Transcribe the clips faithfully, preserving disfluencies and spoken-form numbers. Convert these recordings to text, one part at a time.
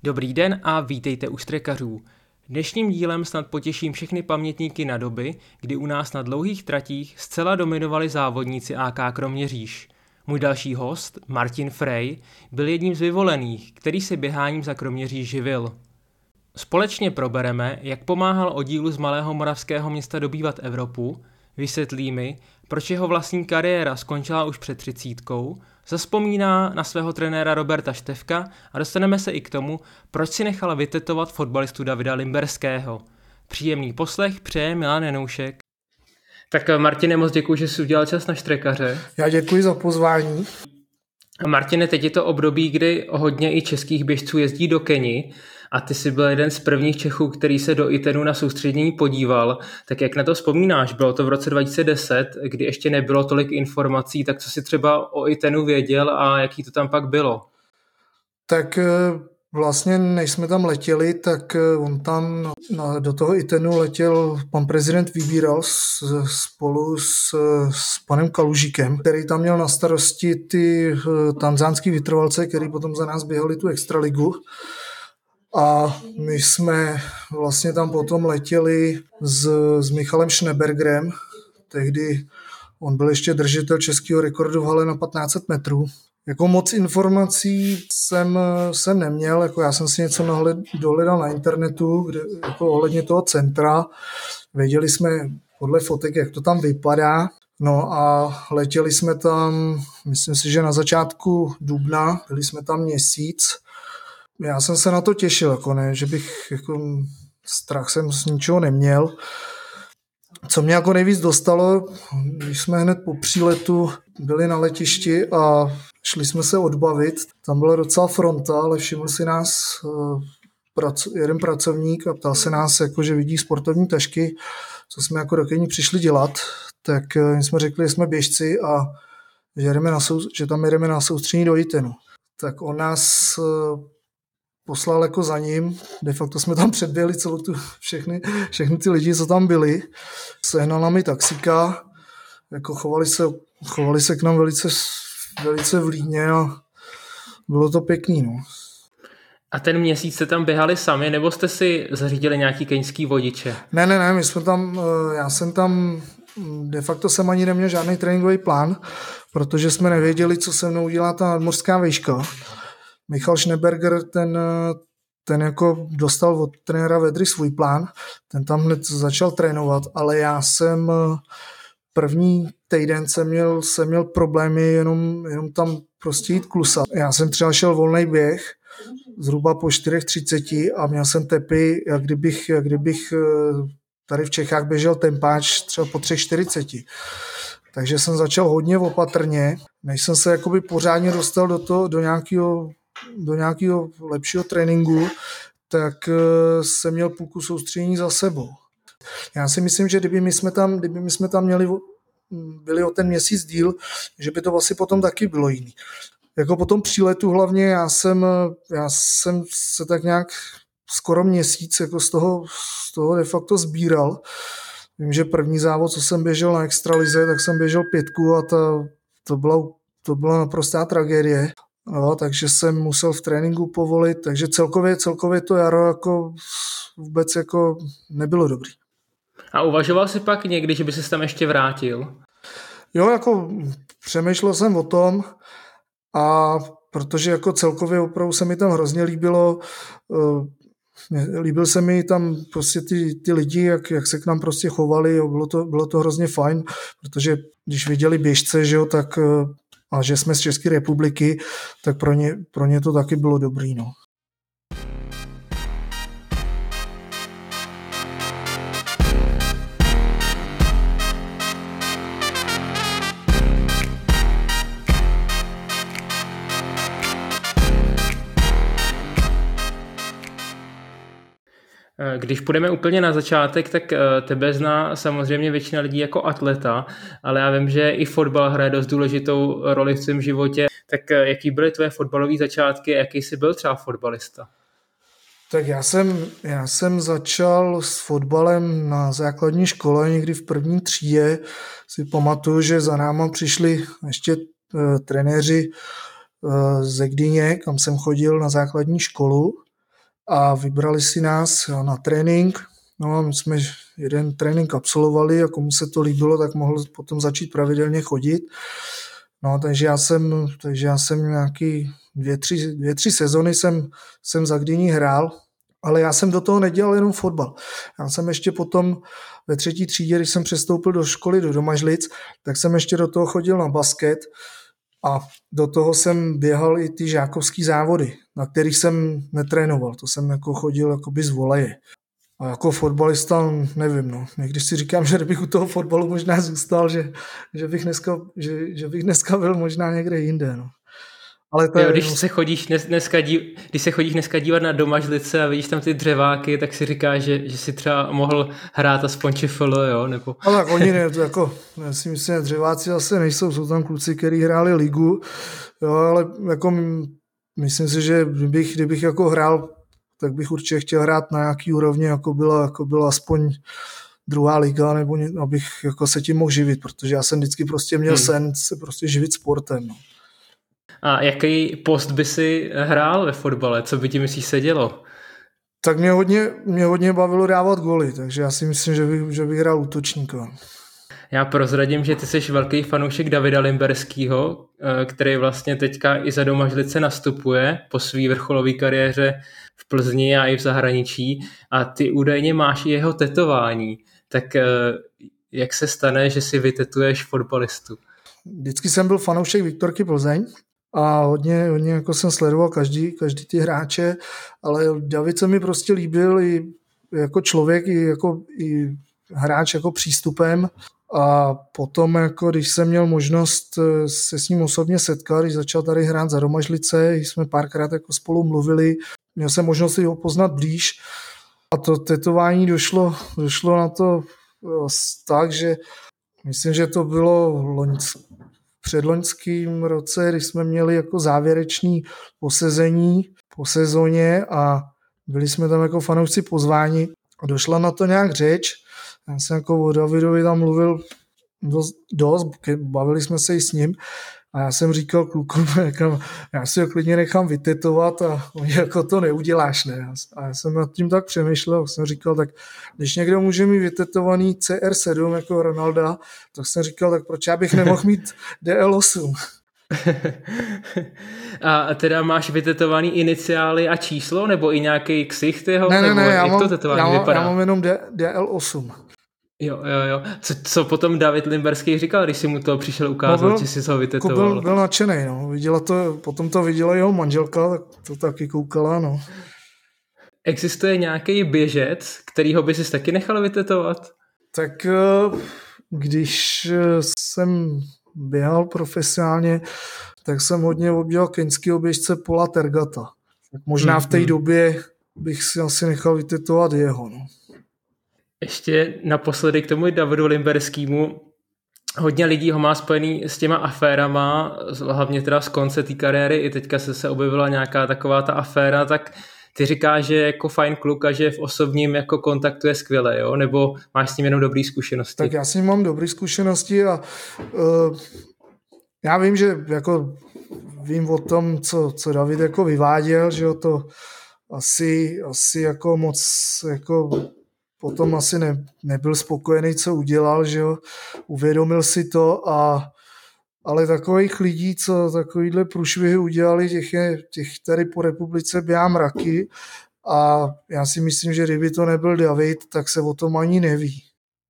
Dobrý den a vítejte u Štrekařů. Dnešním dílem snad potěším všechny pamětníky na doby, kdy u nás na dlouhých tratích zcela dominovali závodníci á ká Kroměříž. Můj další host, Martin Frey, byl jedním z vyvolených, který se běháním za Kroměříž živil. Společně probereme, jak pomáhal oddílu z malého moravského města dobývat Evropu, vysvětlí mi, proč jeho vlastní kariéra skončila už před třicítkou, zavzpomíná na svého trenéra Roberta Štefka a dostaneme se i k tomu, proč si nechala vytetovat fotbalistu Davida Limberského. Příjemný poslech přeje Milan Janoušek. Tak Martine, moc děkuji, že jsi udělal čas na Štrekaře. Já děkuji za pozvání. Martine, teď je to období, kdy hodně i českých běžců jezdí do Keni a ty jsi byl jeden z prvních Čechů, který se do Itenu na soustředění podíval. Tak jak na to vzpomínáš? Bylo to v roce dva tisíce deset, kdy ještě nebylo tolik informací, tak co jsi třeba o Itenu věděl a jaký to tam pak bylo? Tak vlastně, než jsme tam letěli, tak on tam na, do toho Itenu letěl pan prezident Vybíral s, spolu s, s panem Kalužíkem, který tam měl na starosti ty tanzánský vytrvalce, který potom za nás běhali tu extraligu. A my jsme vlastně tam potom letěli s, s Michalem Schneebergerem, tehdy on byl ještě držitel českého rekordu v hale na patnáct set metrů. Jako moc informací jsem, jsem neměl, jako já jsem si něco nahled, dohledal na internetu, kde, jako ohledně toho centra. Věděli jsme podle fotek, jak to tam vypadá. No a letěli jsme tam, myslím si, že na začátku dubna, byli jsme tam měsíc. Já jsem se na to těšil, jako ne, že bych jako strach jsem z ničeho neměl. Co mě jako nejvíc dostalo, když jsme hned po příletu byli na letišti a šli jsme se odbavit. Tam byla docela fronta, ale všiml si nás jeden pracovník a ptal se nás, jako, že vidí sportovní tašky, co jsme jako do Keni přišli dělat. Tak jsme řekli, že jsme běžci a že, jdeme na sou, že tam jedeme na soustředění do Itenu. Tak on nás poslal jako za ním, de facto jsme tam předběhli celou tu, všechny, všechny ty lidi, co tam byli. Sehnal nám i taxíka, jako chovali se, chovali se k nám velice, velice vlídně a bylo to pěkný. No. A ten měsíc jste tam běhali sami, nebo jste si zařídili nějaký keňský vodiče? Ne, ne, ne, my jsme tam, já jsem tam, de facto jsem ani neměl žádný tréninkový plán, protože jsme nevěděli, co se mnou udělá ta nadmořská výška. Michal Schneeberger, ten, ten jako dostal od trenéra Vedry svůj plán, ten tam hned začal trénovat, ale já jsem první týden jsem měl, jsem měl problémy jenom, jenom tam prostě jít klusat. Já jsem třeba šel volný běh, zhruba po čtyři třicet a měl jsem tepy, jak kdybych, jak kdybych tady v Čechách běžel tempáč třeba po tři čtyřicet. Takže jsem začal hodně opatrně, než jsem se jakoby pořádně dostal do, toho, do nějakého do nějakého lepšího tréninku, tak jsem měl půlku soustředění za sebou. Já si myslím, že kdyby my jsme tam, kdyby my jsme tam měli, byli o ten měsíc díl, že by to asi potom taky bylo jiný. Jako po tom příletu hlavně já jsem, já jsem se tak nějak skoro měsíc jako z toho, z toho de facto sbíral. Vím, že první závod, co jsem běžel na extralize, tak jsem běžel pětku a ta, to, byla, to byla naprostá tragédie. No, takže jsem musel v tréninku povolit, takže celkově, celkově to jaro jako vůbec jako nebylo dobrý. A uvažoval jsi pak někdy, že by ses tam ještě vrátil? Jo, jako přemýšlel jsem o tom a protože jako celkově opravdu se mi tam hrozně líbilo, líbil se mi tam prostě ty, ty lidi, jak, jak se k nám prostě chovali, jo, bylo to, bylo to hrozně fajn, protože když viděli běžce, že jo, tak a že jsme z České republiky, tak pro ně, pro ně to taky bylo dobrý. No. Když půjdeme úplně na začátek, tak tebe zná samozřejmě většina lidí jako atleta, ale já vím, že i fotbal hraje dost důležitou roli v svém životě. Tak jaký byly tvoje fotbalové začátky, jaký jsi byl třeba fotbalista? Tak já jsem, já jsem začal s fotbalem na základní škole, někdy v první třídě. Si pamatuju, že za náma přišli ještě uh, trenéři uh, ze Gdyně, kam jsem chodil na základní školu. a vybrali si nás na trénink. No a my jsme jeden trénink absolvovali a komu se to líbilo, tak mohl potom začít pravidelně chodit. No, takže já jsem, takže já jsem nějaký dvě, tři, dvě, tři sezony jsem, jsem za Gdyní hrál, ale já jsem do toho nedělal jenom fotbal. Já jsem ještě potom ve třetí třídě, když jsem přestoupil do školy do Domažlic, tak jsem ještě do toho chodil na basket a do toho jsem běhal i ty žákovský závody, na kterých jsem netrénoval. To jsem jako chodil jakoby z voleje. A jako fotbalista nevím, no. Někdy si říkám, že kdybych u toho fotbalu možná zůstal, že, že, bych, dneska, že, že bych dneska byl možná někde jinde, no. Ale to jo, je, když, no... se chodíš dneska dív, když se chodíš dneska dívat na Domažlice a vidíš tam ty dřeváky, tak si říkáš, že, že si třeba mohl hrát aspoň ČFL, jo? Nebo... No tak oni ne, to jako, já si myslím, že dřeváci zase nejsou, jsou tam kluci, kteří hráli ligu, jo, ale jako myslím si, že kdybych, kdybych jako hrál, tak bych určitě chtěl hrát na nějaký úrovni, jako byla, jako byla aspoň druhá liga, nebo abych jako se tím mohl živit, protože já jsem vždycky prostě měl hmm. sen se prostě živit sportem, no. A jaký post by si hrál ve fotbale? Co by ti myslíš se dělo? Tak mě hodně, mě hodně bavilo dávat góly, takže já si myslím, že bych, že bych hrál útočníka. Já prozradím, že ty jsi velký fanoušek Davida Limberského, který vlastně teďka i za Domažlice nastupuje po své vrcholové kariéře v Plzni a i v zahraničí a ty údajně máš i jeho tetování. Tak jak se stane, že si vytetuješ fotbalistu? Vždycky jsem byl fanoušek Viktorky Plzeň a hodně, hodně jako jsem sledoval každý, každý ty hráče, ale David se mi prostě líbil i jako člověk, i jako i hráč jako přístupem. A potom, jako když jsem měl možnost se s ním osobně setkat, když začal tady hrát za Domažlice, jsme párkrát jako spolu mluvili, měl jsem možnost ho poznat blíž a to tetování došlo, došlo na to tak, že myslím, že to bylo loňc, předloňským roce, když jsme měli jako závěrečný posezení po sezóně a byli jsme tam jako fanoušci pozváni a došla na to nějak řeč. Já jsem jako o Davidovi tam mluvil dost, dost, bavili jsme se i s ním a já jsem říkal klukům, já si ho klidně nechám vytetovat a oni jako to neuděláš, ne? A já jsem nad tím tak přemýšlel, jsem říkal, tak když někdo může mít vytetovaný C R sedm jako Ronalda, tak jsem říkal, tak proč já bych nemohl mít D L osm? A teda máš vytetovaný iniciály a číslo, nebo i nějaký ksicht jeho? Ne, ne, ne, já jak mám, to tetování já, mám, vypadá? já mám jenom D L osm. Jo, jo, jo. Co, co potom David Limberský říkal, když si mu to přišel ukázat, no, že si ho vytetoval? Byl, byl nadšenej, no. Viděla to, potom to viděla jeho manželka, tak to taky koukala, no. Existuje nějaký běžec, kterýho by si taky nechal vytetovat? Tak když jsem běhal profesionálně, tak jsem hodně obdělal keňského běžce Paula Tergata. Tak možná v té době bych si asi nechal vytetovat jeho, no. Ještě naposledy k tomu Davidu Limberskému. Hodně lidí ho má spojený s těma aférama, hlavně teda z konce té kariéry, i teďka se, se objevila nějaká taková ta aféra, tak ty říkáš, že je jako fajn kluk a že v osobním jako kontaktu je skvělé, jo? Nebo máš s ním jenom dobrý zkušenosti? Tak já s ním mám dobré zkušenosti a uh, já vím, že jako vím o tom, co, co David jako vyváděl, že jo, to asi, asi jako moc jako potom asi ne, nebyl spokojený, co udělal, že jo, uvědomil si to, a, ale takových lidí, co takovýhle průšvihy udělali, těch, je, těch tady po republice běhá mraky a já si myslím, že kdyby to nebyl David, tak se o tom ani neví.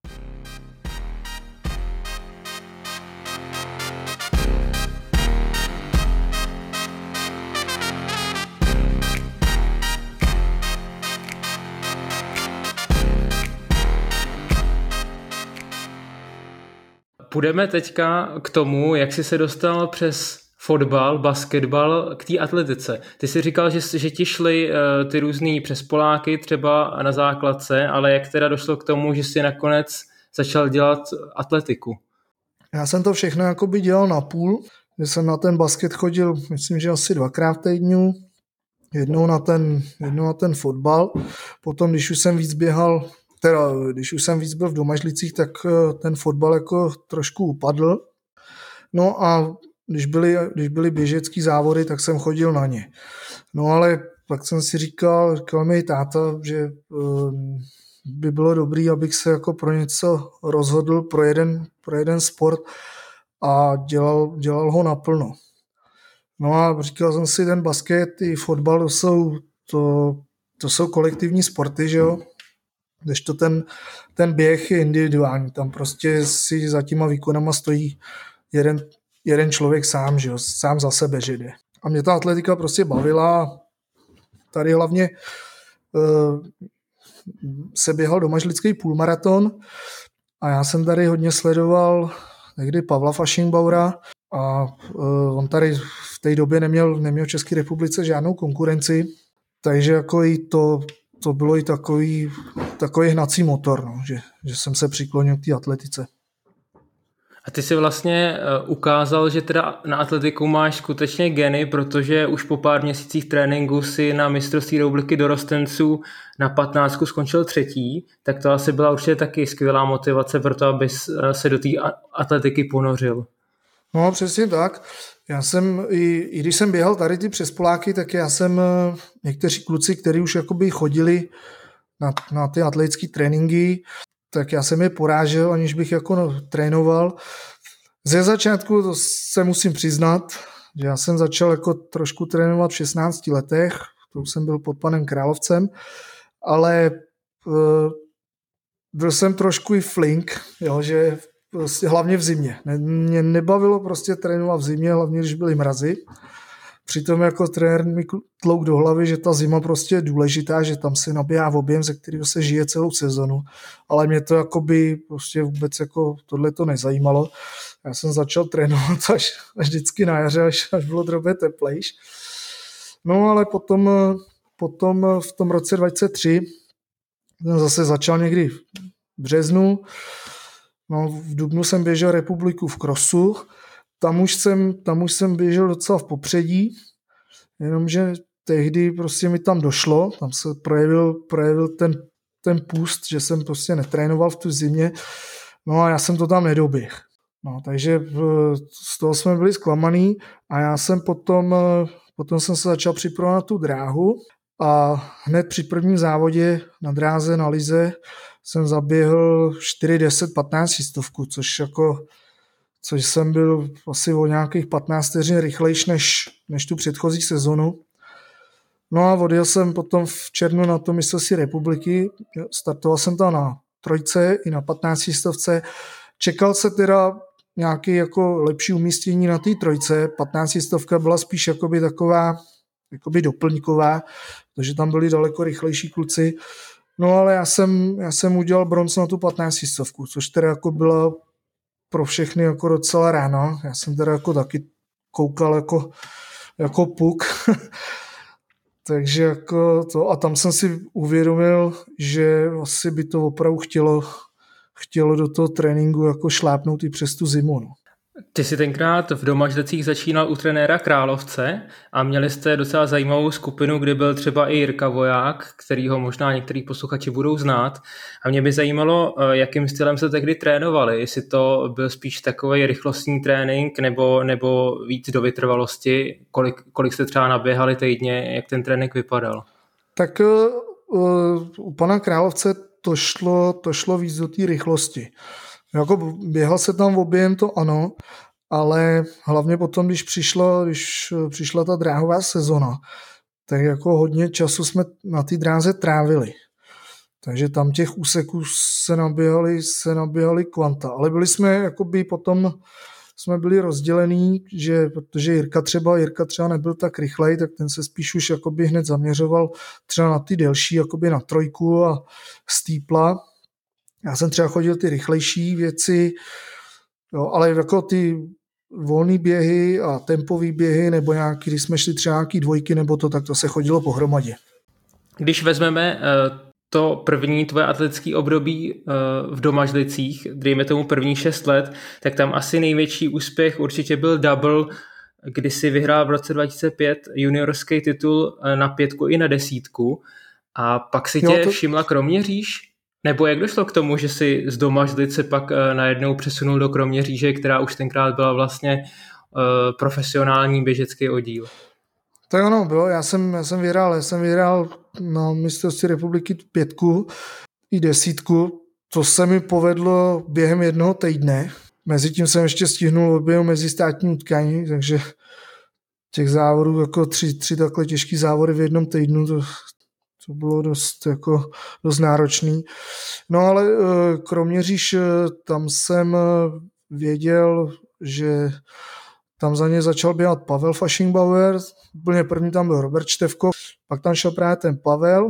Půjdeme teďka k tomu, jak jsi se dostal přes fotbal, basketbal k té atletice. Ty jsi říkal, že, že ti šly uh, ty různý přespoláky třeba na základce, ale jak teda došlo k tomu, že jsi nakonec začal dělat atletiku? Já jsem to všechno jakoby dělal na půl, že jsem na ten basket chodil, myslím, že asi dvakrát v týdnu, jednou na ten, jednou na ten fotbal, potom když už jsem víc běhal, teda když už jsem víc byl v Domažlicích, tak ten fotbal jako trošku upadl. No a když byly, když byly běžecký závody, tak jsem chodil na ně. No ale pak jsem si říkal, říkal mi táta, že by bylo dobrý, abych se jako pro něco rozhodl, pro jeden, pro jeden sport a dělal, dělal ho naplno. No a říkal jsem si, ten basket i fotbal, to jsou, to, to jsou kolektivní sporty, že jo? Kdežto ten, ten běh je individuální, tam prostě si za těma výkonama stojí jeden, jeden člověk sám, že jo? Sám za sebe, že jde. A mě ta atletika prostě bavila. Tady hlavně uh, se běhal domažlický půlmaraton a já jsem tady hodně sledoval někdy Pavla Faschingbaura a uh, on tady v té době neměl, neměl v České republice žádnou konkurenci, takže jako i to, to bylo i takový, takový hnací motor, no, že, že jsem se přiklonil k té atletice. A ty si vlastně ukázal, že teda na atletiku máš skutečně geny, protože už po pár měsících tréninku si na mistrovství republiky dorostenců na patnáctku skončil třetí, tak to asi byla určitě taky skvělá motivace pro to, abys se do té atletiky ponořil. No přesně tak. Já jsem, i, i když jsem běhal tady ty přespoláky, tak já jsem, někteří kluci, kteří už jakoby chodili na, na ty atletické tréninky, tak já jsem je porážel, aniž bych jako no, trénoval. Ze začátku to se musím přiznat, že já jsem začal jako trošku trénovat v šestnácti letech, to jsem byl pod panem Královcem, ale uh, byl jsem trošku i flink, jo, že prostě hlavně v zimě. Ne, mě nebavilo prostě trénovat v zimě, hlavně když byly mrazy. Přitom jako trenér mi tlouk do hlavy, že ta zima prostě je důležitá, že tam se nabíhá v objem, ze kterého se žije celou sezonu. Ale mě to jakoby prostě vůbec jako tohle to nezajímalo. Já jsem začal trénovat až, až vždycky na jaře, až, až bylo drobě teplejš. No ale potom, potom v tom roce dva tisíce tři jsem zase začal někdy v březnu. No, v dubnu jsem běžel republiku v krosu. Tam už, jsem, tam už jsem běžel docela v popředí, jenomže tehdy prostě mi tam došlo, tam se projevil, projevil ten, ten pust, že jsem prostě netrénoval v tu zimě, no a já jsem to tam nedoběh. No, takže z toho jsme byli zklamaný a já jsem potom, potom jsem se začal připravovat na tu dráhu a hned při prvním závodě na dráze na lize jsem zaběhl čtyři deset patnáct stovku, což jako což jsem byl asi o nějakých patnáct vteřin rychlejší než, než tu předchozí sezonu. No a odjel jsem potom v červnu na to mistrovství republiky, startoval jsem tam na trojce i na patnácti stovce. Čekal se teda nějaké jako lepší umístění na té trojce, patnáctistovka byla spíš jakoby taková jakoby doplňková, protože tam byli daleko rychlejší kluci. No ale já jsem, já jsem udělal bronz na tu patnáctistovku, což teda jako byla pro všechny jako docela ráno. Já jsem teda jako taky koukal jako, jako puk. Takže jako to, a tam jsem si uvědomil, že asi by to opravdu chtělo, chtělo do toho tréninku jako šlápnout i přes tu zimu. No. Ty jsi tenkrát v Domažlicích začínal u trenéra Královce a měli jste docela zajímavou skupinu, kde byl třeba i Jirka Voják, kterýho možná některý posluchači budou znát. A mě by zajímalo, jakým stylem se tehdy trénovali. Jestli to byl spíš takový rychlostní trénink nebo, nebo víc do vytrvalosti. Kolik, kolik jste třeba naběhali týdně, jak ten trénink vypadal? Tak uh, u pana Královce to šlo, to šlo víc do té rychlosti. Jako běhal se tam v objem, to ano, ale hlavně potom, když přišla, když přišla ta dráhová sezona, tak jako hodně času jsme na té dráze trávili. Takže tam těch úseků se naběhali, se naběhali kvanta. Ale byli jsme, jakoby potom jsme byli rozdělení, že, protože Jirka třeba, Jirka třeba nebyl tak rychlej, tak ten se spíš už jakoby hned zaměřoval třeba na ty delší, jakoby na trojku a stýpla. Já jsem třeba chodil ty rychlejší věci, jo, ale jako ty volný běhy a tempový běhy, nebo nějaký, když jsme šli třeba nějaký dvojky, nebo to, tak to se chodilo pohromadě. Když vezmeme to první tvoje atletické období v Domažlicích, dejme tomu první šest let, tak tam asi největší úspěch určitě byl double, kdy si vyhrál v roce dva tisíce pět juniorský titul na pětku i na desítku a pak si tě jo, to... všimla Kroměříž? Nebo jak došlo k tomu, že si z Domažlice pak najednou přesunul do Kroměříže, která už tenkrát byla vlastně uh, profesionální běžecký oddíl? Tak ano, bylo, já jsem, já jsem vyhrál, já jsem vyhrál na mistrovství republiky pětku i desítku, to se mi povedlo během jednoho týdne. Mezitím jsem ještě stihnul oběhu mezi státní utkání, takže těch závodů, jako tři, tři takhle těžký závody v jednom týdnu, to, to bylo dost, jako, dost náročný. No ale Kroměříž, tam jsem věděl, že tam za ně začal běhat Pavel Faschingbauer, úplně první tam byl Robert Števko, pak tam šel právě ten Pavel.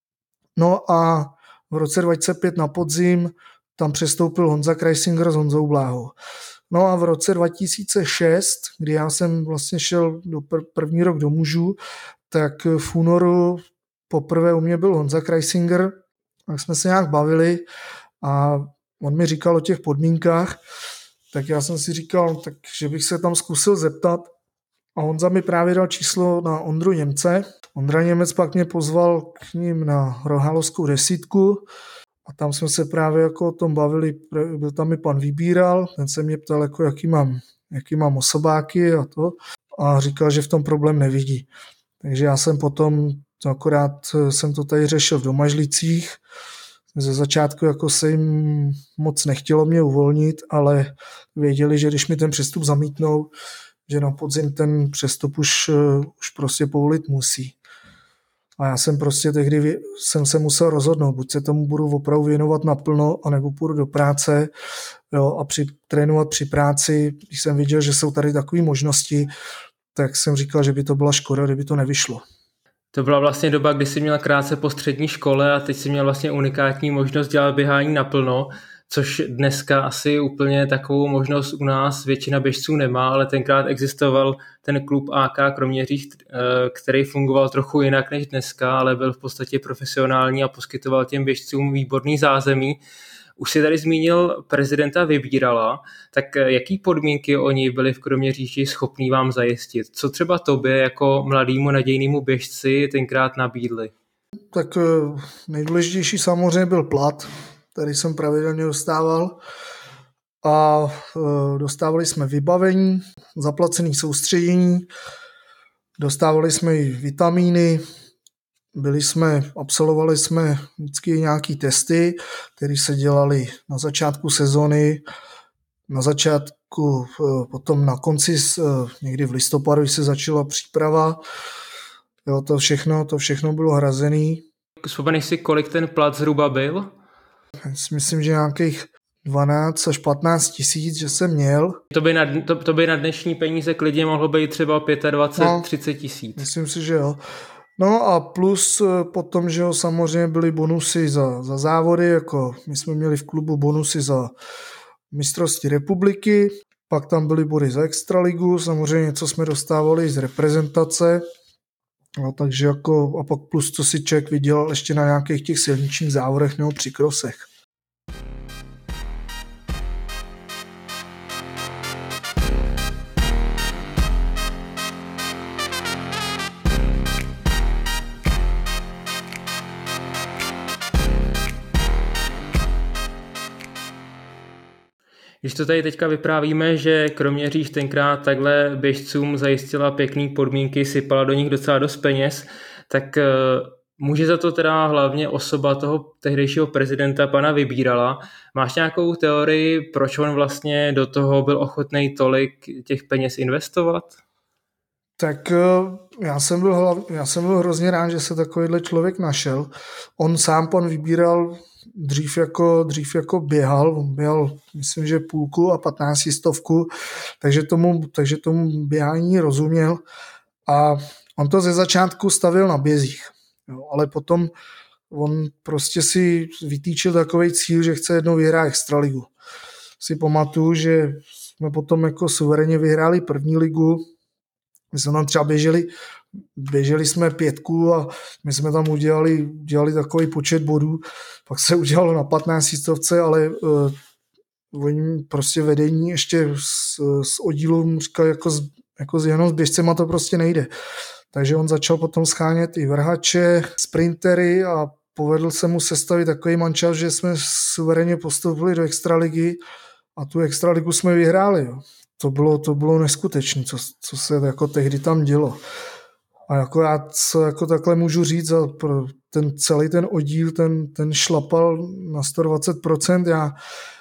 No a v roce dva tisíce pět na podzim tam přestoupil Honza Kreisinger s Honzou Bláhou. No a v roce dva tisíce šest, kdy já jsem vlastně šel do pr- první rok do mužů, tak v únoru poprvé u mě byl Honza Kreisinger, tak jsme se nějak bavili a on mi říkal o těch podmínkách, tak já jsem si říkal, tak, že bych se tam zkusil zeptat a Honza mi právě dal číslo na Ondru Němce. Ondra Němec pak mě pozval k ním na rohalovskou desítku a tam jsme se právě jako o tom bavili, byl tam i pan Vybíral, ten se mě ptal, jako jaký mám, jaký mám osobáky a to a říkal, že v tom problém nevidí. Takže já jsem potom, akorát jsem to tady řešil v Domažlicích, ze začátku jako se jim moc nechtělo mě uvolnit, ale věděli, že když mi ten přestup zamítnou, že na podzim ten přestup už, už prostě povolit musí. A já jsem prostě tehdy jsem se musel rozhodnout, buď se tomu budu opravdu věnovat naplno, anebo půjdu do práce, jo, a při, trénovat při práci. Když jsem viděl, že jsou tady takové možnosti, tak jsem říkal, že by to byla škoda, kdyby to nevyšlo. To byla vlastně doba, kdy jsi měl krátce po střední škole a teď jsi měl vlastně unikátní možnost dělat běhání naplno, což dneska asi úplně takovou možnost u nás většina běžců nemá, ale tenkrát existoval ten klub á ká Kroměříž, který fungoval trochu jinak než dneska, ale byl v podstatě profesionální a poskytoval těm běžcům výborný zázemí. Už si tady zmínil prezidenta Vybírala, tak jaký podmínky oni byli v Kroměříži schopní vám zajistit? Co třeba tobě jako mladému nadějnému běžci tenkrát nabídli? Tak nejdůležitější samozřejmě byl plat, který jsem pravidelně dostával a dostávali jsme vybavení, zaplacené soustředění, dostávali jsme i vitamíny, byli jsme, absolvovali jsme vždycky nějaký testy, které se dělaly na začátku sezony, na začátku, potom na konci, někdy v listopadu, když se začala příprava. Jo, to všechno, to všechno bylo hrazený. Vzpomeneš si, kolik ten plat zhruba byl? Myslím, že nějakých dvanáct až patnáct tisíc, že jsem měl. To by, na, to, to by na dnešní peníze klidně mohlo být třeba dvacet pět třicet tisíc. Myslím si, že jo. No a plus potom, že jo, samozřejmě byly bonusy za, za závody, jako my jsme měli v klubu bonusy za mistrovství republiky, pak tam byly body za extraligu, samozřejmě něco jsme dostávali z reprezentace, no, takže jako a pak plus, co si člověk vydělal ještě na nějakých těch silničních závodech nebo při krosech. Když to tady teďka vyprávíme, že Kroměříž tenkrát takhle běžcům zajistila pěkný podmínky, sypala do nich docela dost peněz, tak může za to teda hlavně osoba toho tehdejšího prezidenta pana Vybírala. Máš nějakou teorii, proč on vlastně do toho byl ochotný tolik těch peněz investovat? Tak já jsem byl, hlav, já jsem byl hrozně rád, že se takovýhle člověk našel. On sám, pan Vybíral, dřív jako, dřív jako běhal, on běhal, myslím, že půlku a patnáctistovku, takže tomu, takže tomu běhání rozuměl a on to ze začátku stavil na bězích, jo, ale potom on prostě si vytýčil takovej cíl, že chce jednou vyhrát extraligu. Si pamatuju, že jsme potom jako suverénně vyhráli první ligu, my jsme tam třeba běželi, běželi jsme pětku a my jsme tam udělali, udělali takový počet bodů, pak se udělalo na patnáctistovce, ale uh, oni prostě vedení ještě s, s oddílem říkal, jako, s, jako s jenom s běžcema to prostě nejde. Takže on začal potom schánět i vrhače, sprintery a povedl se mu sestavit takový mančav, že jsme suverénně postoupili do extraligy a tu extraligu jsme vyhráli. Jo. To bylo, to bylo neskutečné, co, co se jako tehdy tam dělo. A jako já co jako takhle můžu říct, a pro ten celý ten oddíl, ten, ten šlapal na sto dvacet procent. Já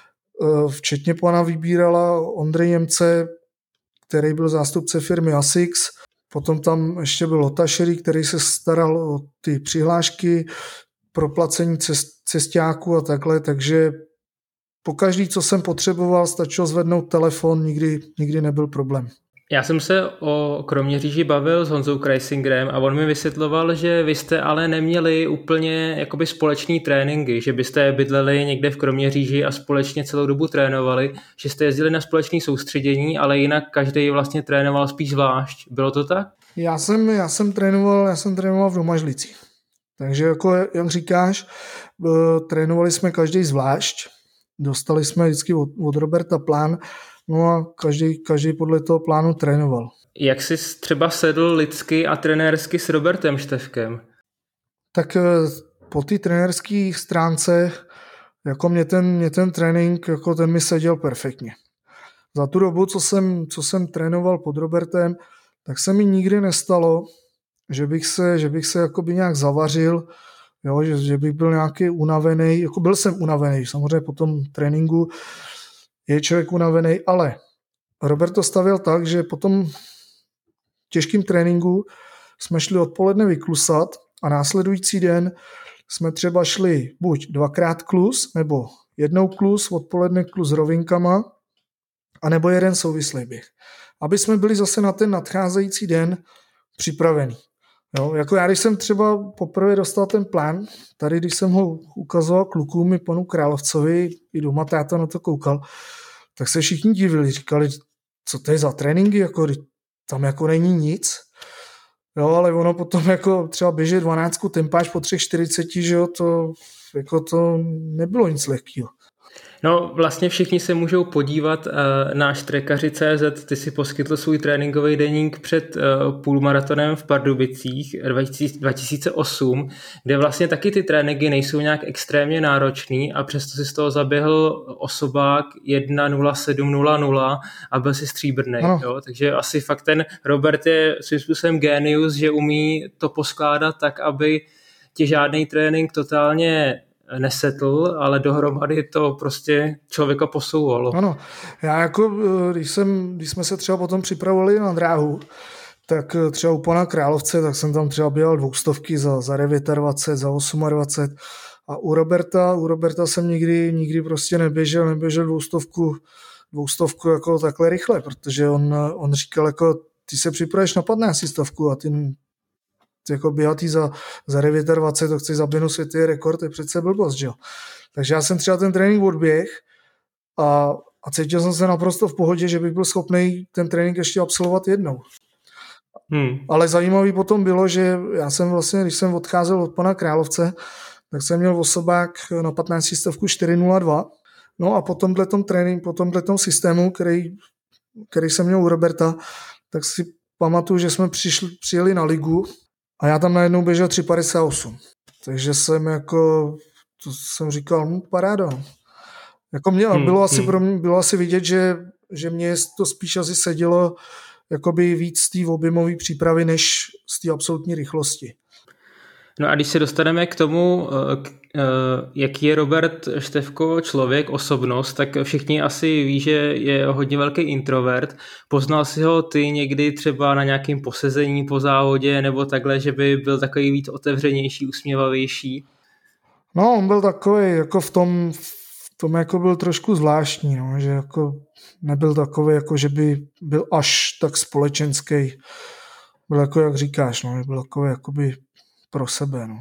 včetně pana Vybírala, Ondrej Němce, který byl zástupce firmy Asix, potom tam ještě byl Otašery, který se staral o ty přihlášky, proplacení cest, cestáků a takhle, takže pokaždý, co jsem potřeboval, stačilo zvednout telefon, nikdy, nikdy nebyl problém. Já jsem se o Kroměříži bavil s Honzou Kreisingerem a on mi vysvětloval, že vy jste ale neměli úplně jakoby společný tréninky, že byste bydleli někde v Kroměříži a společně celou dobu trénovali, že jste jezdili na společné soustředění, ale jinak každý vlastně trénoval spíš zvlášť. Bylo to tak? Já jsem, já jsem trénoval, já jsem trénoval v Domažlicích. Takže jako, jak říkáš, trénovali jsme každý zvlášť, dostali jsme vždycky od, od Roberta plán, no a každý, každý podle toho plánu trénoval. Jak jsi třeba sedl lidsky a trenérsky s Robertem Štefkem? Tak po té trenérské stránce, jako mě ten, mě ten trénink, jako ten mi seděl perfektně. Za tu dobu, co jsem, co jsem trénoval pod Robertem, tak se mi nikdy nestalo, že bych se, že bych se jakoby nějak zavařil, jo, že, že bych byl nějaký unavený. Jako byl jsem unavený, samozřejmě po tom tréninku je člověk unavený, ale Robert to stavěl tak, že po tom těžkém tréninku jsme šli odpoledne vyklusat a následující den jsme třeba šli buď dvakrát klus, nebo jednou klus, odpoledne klus s rovinkama, anebo jeden souvislý běh. Aby jsme byli zase na ten nadcházející den připravení. Jo, jako já, když jsem třeba poprvé dostal ten plán, tady když jsem ho ukazoval klukům i panu Královcovi, i doma táta na to koukal, tak se všichni divili, říkali, co to je za tréninky, jako tam jako není nic. Jo, ale ono potom jako třeba běžet dvanáctku tempáž po tři čtyřicet, že jo, to, jako to nebylo nic lehkého. No vlastně všichni se můžou podívat uh, na štrekaři tečka cé zet, ty si poskytl svůj tréninkový deník před uh, půlmaratonem v Pardubicích dva tisíce osm, kde vlastně taky ty tréninky nejsou nějak extrémně náročný a přesto si z toho zaběhl osobák jedna nula sedm nula nula a byl si stříbrnej. Jo? Takže asi fakt ten Robert je svým způsobem génius, že umí to poskládat tak, aby tě žádný trénink totálně nesetl, ale dohromady to prostě člověka posouvalo. Ano, já jako, když, jsem, když jsme se třeba potom připravovali na dráhu, tak třeba u pana Královce, tak jsem tam třeba běhal dvoustovky za, za dvacet devět, za dvacet osm a u Roberta, u Roberta jsem nikdy, nikdy prostě neběžel, neběžel dvoustovku, dvoustovku jako takhle rychle, protože on, on říkal jako, ty se připravíš na patnáctistovku a ty jako běhatý za, za dvacet devět, to chci zaběhnout světový rekord, to je přece blbost, že jo. Takže já jsem třeba ten trénink odběh a, a cítil jsem se naprosto v pohodě, že bych byl schopný ten trénink ještě absolvovat jednou. Hmm. Ale zajímavý potom bylo, že já jsem vlastně, když jsem odcházel od pana Královce, tak jsem měl osobák na patnáctistovku čtyři nula dva. No a po tomhletom tréninku, po tomhletom systému, který, který jsem měl u Roberta, tak si pamatuju, že jsme přišli, přijeli na ligu a já tam najednou běžel tři padesát osm. Takže jsem jako, to jsem říkal, hm, paráda. Jako mě, hmm, bylo, asi hmm. pro mě, bylo asi vidět, že, že mě to spíš asi sedělo jakoby víc z té objemové přípravy, než z té absolutní rychlosti. No a když se dostaneme k tomu, jaký je Robert Štefko člověk, osobnost, tak všichni asi ví, že je hodně velký introvert. Poznal si ho ty někdy třeba na nějakém posezení po závodě nebo takhle, že by byl takový víc otevřenější, usměvavější? No, on byl takový, jako v tom, v tom jako byl trošku zvláštní, no, že jako nebyl takový, jako že by byl až tak společenský. Byl jako, jak říkáš, no, byl takový jakoby pro sebe, no.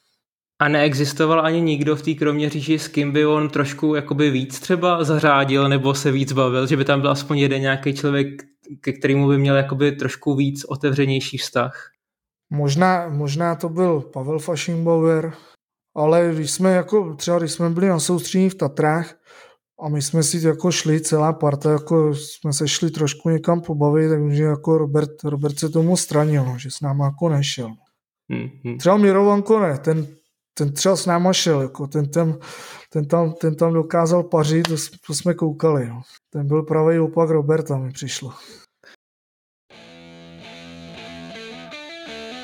A neexistoval ani nikdo v té Kroměříži, s kým by on trošku jakoby víc třeba zařádil nebo se víc bavil, že by tam byl aspoň jeden nějaký člověk, ke kterému by měl jakoby trošku víc otevřenější vztah? Možná, možná to byl Pavel Faschingbauer, ale když jsme jako, třeba když jsme byli na soustředění v Tatrách a my jsme si jako šli, celá parta, jako jsme se šli trošku někam pobavit, takže jako Robert, Robert se tomu stranil, no, že s náma jako nešel. Hmm, hmm. Třeba Mirovanko ne, ten, ten třeba s náma šel, jako ten, ten, ten, tam, ten tam dokázal pařit, to, to jsme koukali. No. Ten byl pravý opak Roberta, mi přišlo.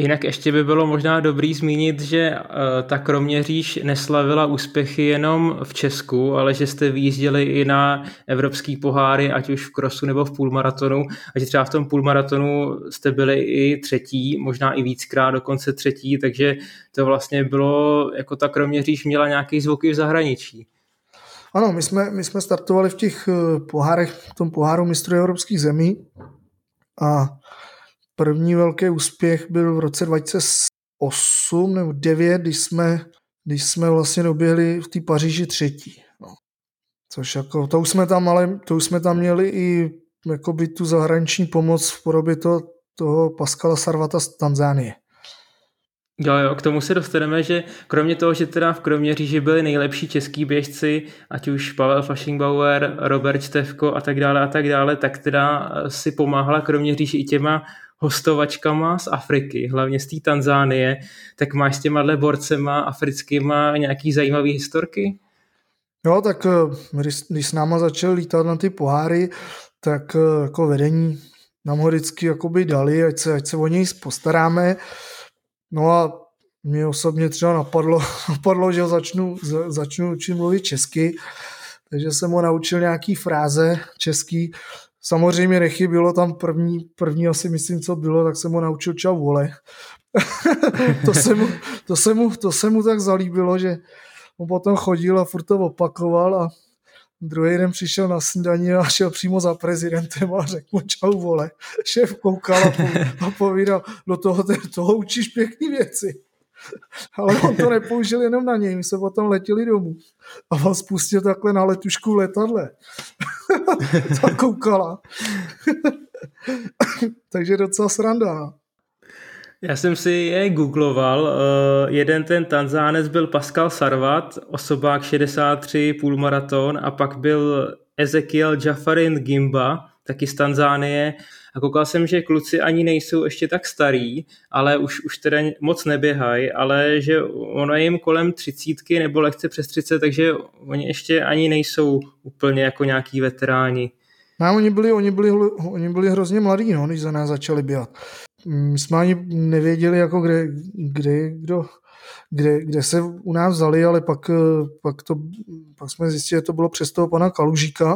Jinak ještě by bylo možná dobrý zmínit, že uh, ta Kroměříž neslavila úspěchy jenom v Česku, ale že jste vyjížděli i na evropský poháry, ať už v crossu nebo v půlmaratonu, a že třeba v tom půlmaratonu jste byli i třetí, možná i víckrát dokonce třetí, takže to vlastně bylo, jako ta Kroměříž měla nějaký zvuky v zahraničí. Ano, my jsme, my jsme startovali v těch pohárech, v tom poháru mistrů evropských zemí a první velký úspěch byl v roce dva tisíce osm nebo devět, když jsme, když jsme vlastně doběhli v té Paříži třetí. No. Což jako, to už jsme tam, ale to už jsme tam měli i jakoby tu zahraniční pomoc v podobě toho, toho Pascala Sarvata z Tanzánie. Jo, jo, k tomu se dostaneme, že kromě toho, že teda v Kroměříži byli nejlepší český běžci, ať už Pavel Faschingbauer, Robert Štefko a tak dále a tak dále, tak teda si pomáhala Kroměříž i těma hostovačkama z Afriky, hlavně z té Tanzánie. Tak máš s těma borcema africkýma nějaký zajímavý historky? Jo, tak když, když s náma začal lítat na ty poháry, tak jako vedení nám ho vždycky jakoby dali, ať se, ať se o něj postaráme. No a mě osobně třeba napadlo, napadlo že ho začnu, začnu učit mluvit česky, takže jsem ho naučil nějaký fráze český. Samozřejmě nechybilo tam první, první asi myslím, co bylo, tak jsem ho naučil čau vole. to, se mu, to, se mu, to se mu tak zalíbilo, že on potom chodil a furt to opakoval a druhý den přišel na snídani a šel přímo za prezidentem a řekl mu čau vole. Šéf koukal a, po, a povídal, do toho, toho učíš pěkný věci. Ale on to nepoužil jenom na něj, my se potom letěli domů a on spustil takhle na letušku v letadle. Ta koukala. Takže docela sranda. Já jsem si je googloval, uh, jeden ten Tanzánec byl Pascal Sarvat, osobák šedesát tři, půlmaraton, a pak byl Ezekiel Jafarin Gimba, taky z Tanzánie, a koukal jsem, že kluci ani nejsou ještě tak starý, ale už, už teda moc neběhají, ale že ono je jim kolem třicítky nebo lehce přes třicet, takže oni ještě ani nejsou úplně jako nějaký veteráni. No, oni byli, oni byli, oni byli hrozně mladí, no, když za nás začali běhat. My jsme ani nevěděli, jako kde, kde, kdo, kde, kde se u nás vzali, ale pak, pak, to, pak jsme zjistili, že to bylo přes toho pana Kalužíka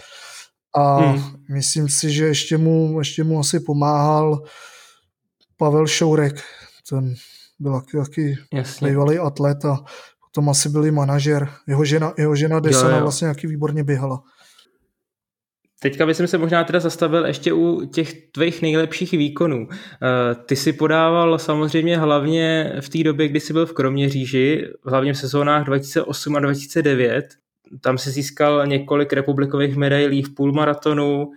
a hmm. myslím si, že ještě mu, ještě mu asi pomáhal Pavel Šourek, ten byl taky, taky bývalý atlet a potom asi byl i manažer. Jeho žena, jeho žena Desana vlastně nějaký výborně běhala. Teďka bych se možná teda zastavil ještě u těch tvých nejlepších výkonů. Ty si podával samozřejmě hlavně v té době, kdy jsi byl v Kroměříži, hlavně v sezónách dva tisíce osm a dva tisíce devět. Tam si získal několik republikových medailí v půlmaratonu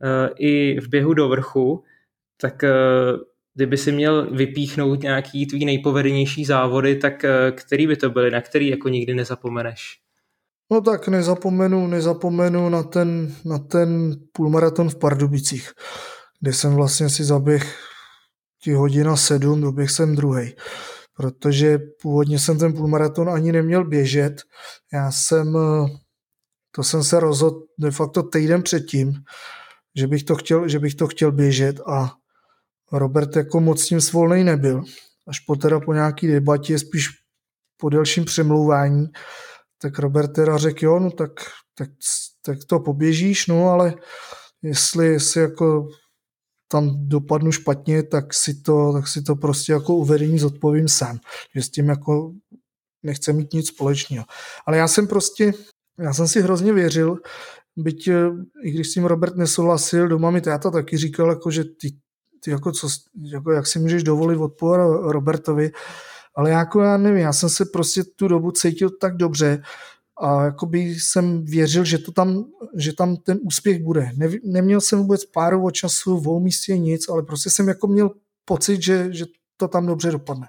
i v běhu do vrchu. Tak kdyby si měl vypíchnout nějaký tvý nejpovedenější závody, tak který by to byly, na který jako nikdy nezapomeneš? No tak nezapomenu, nezapomenu na ten, na ten půlmaraton v Pardubicích, kde jsem vlastně si zaběh tí hodina sedm, doběh jsem druhej. Protože původně jsem ten půlmaraton ani neměl běžet. Já jsem, to jsem se rozhodl de facto týden předtím, že bych to chtěl, že bych to chtěl běžet a Robert jako moc s tím svolnej nebyl. Až po teda po nějaký debatě, spíš po delším přemlouvání, tak Robert teda řekl, jo, no tak, tak, tak to poběžíš, no ale jestli, jestli jako tam dopadnu špatně, tak si to, tak si to prostě jako uvedení zodpovím sám. Že s tím jako nechce mít nic společného. Ale já jsem prostě, já jsem si hrozně věřil, byť i když s tím Robert nesouhlasil, doma mi táta taky říkal, jako, že ty, ty jako, co, jako jak si můžeš dovolit odpor Robertovi, ale jako já nevím, já jsem se prostě tu dobu cítil tak dobře a jakoby jsem věřil, že to tam, že tam ten úspěch bude. Ne, neměl jsem vůbec páru o času, o místě nic, ale prostě jsem jako měl pocit, že, že to tam dobře dopadne.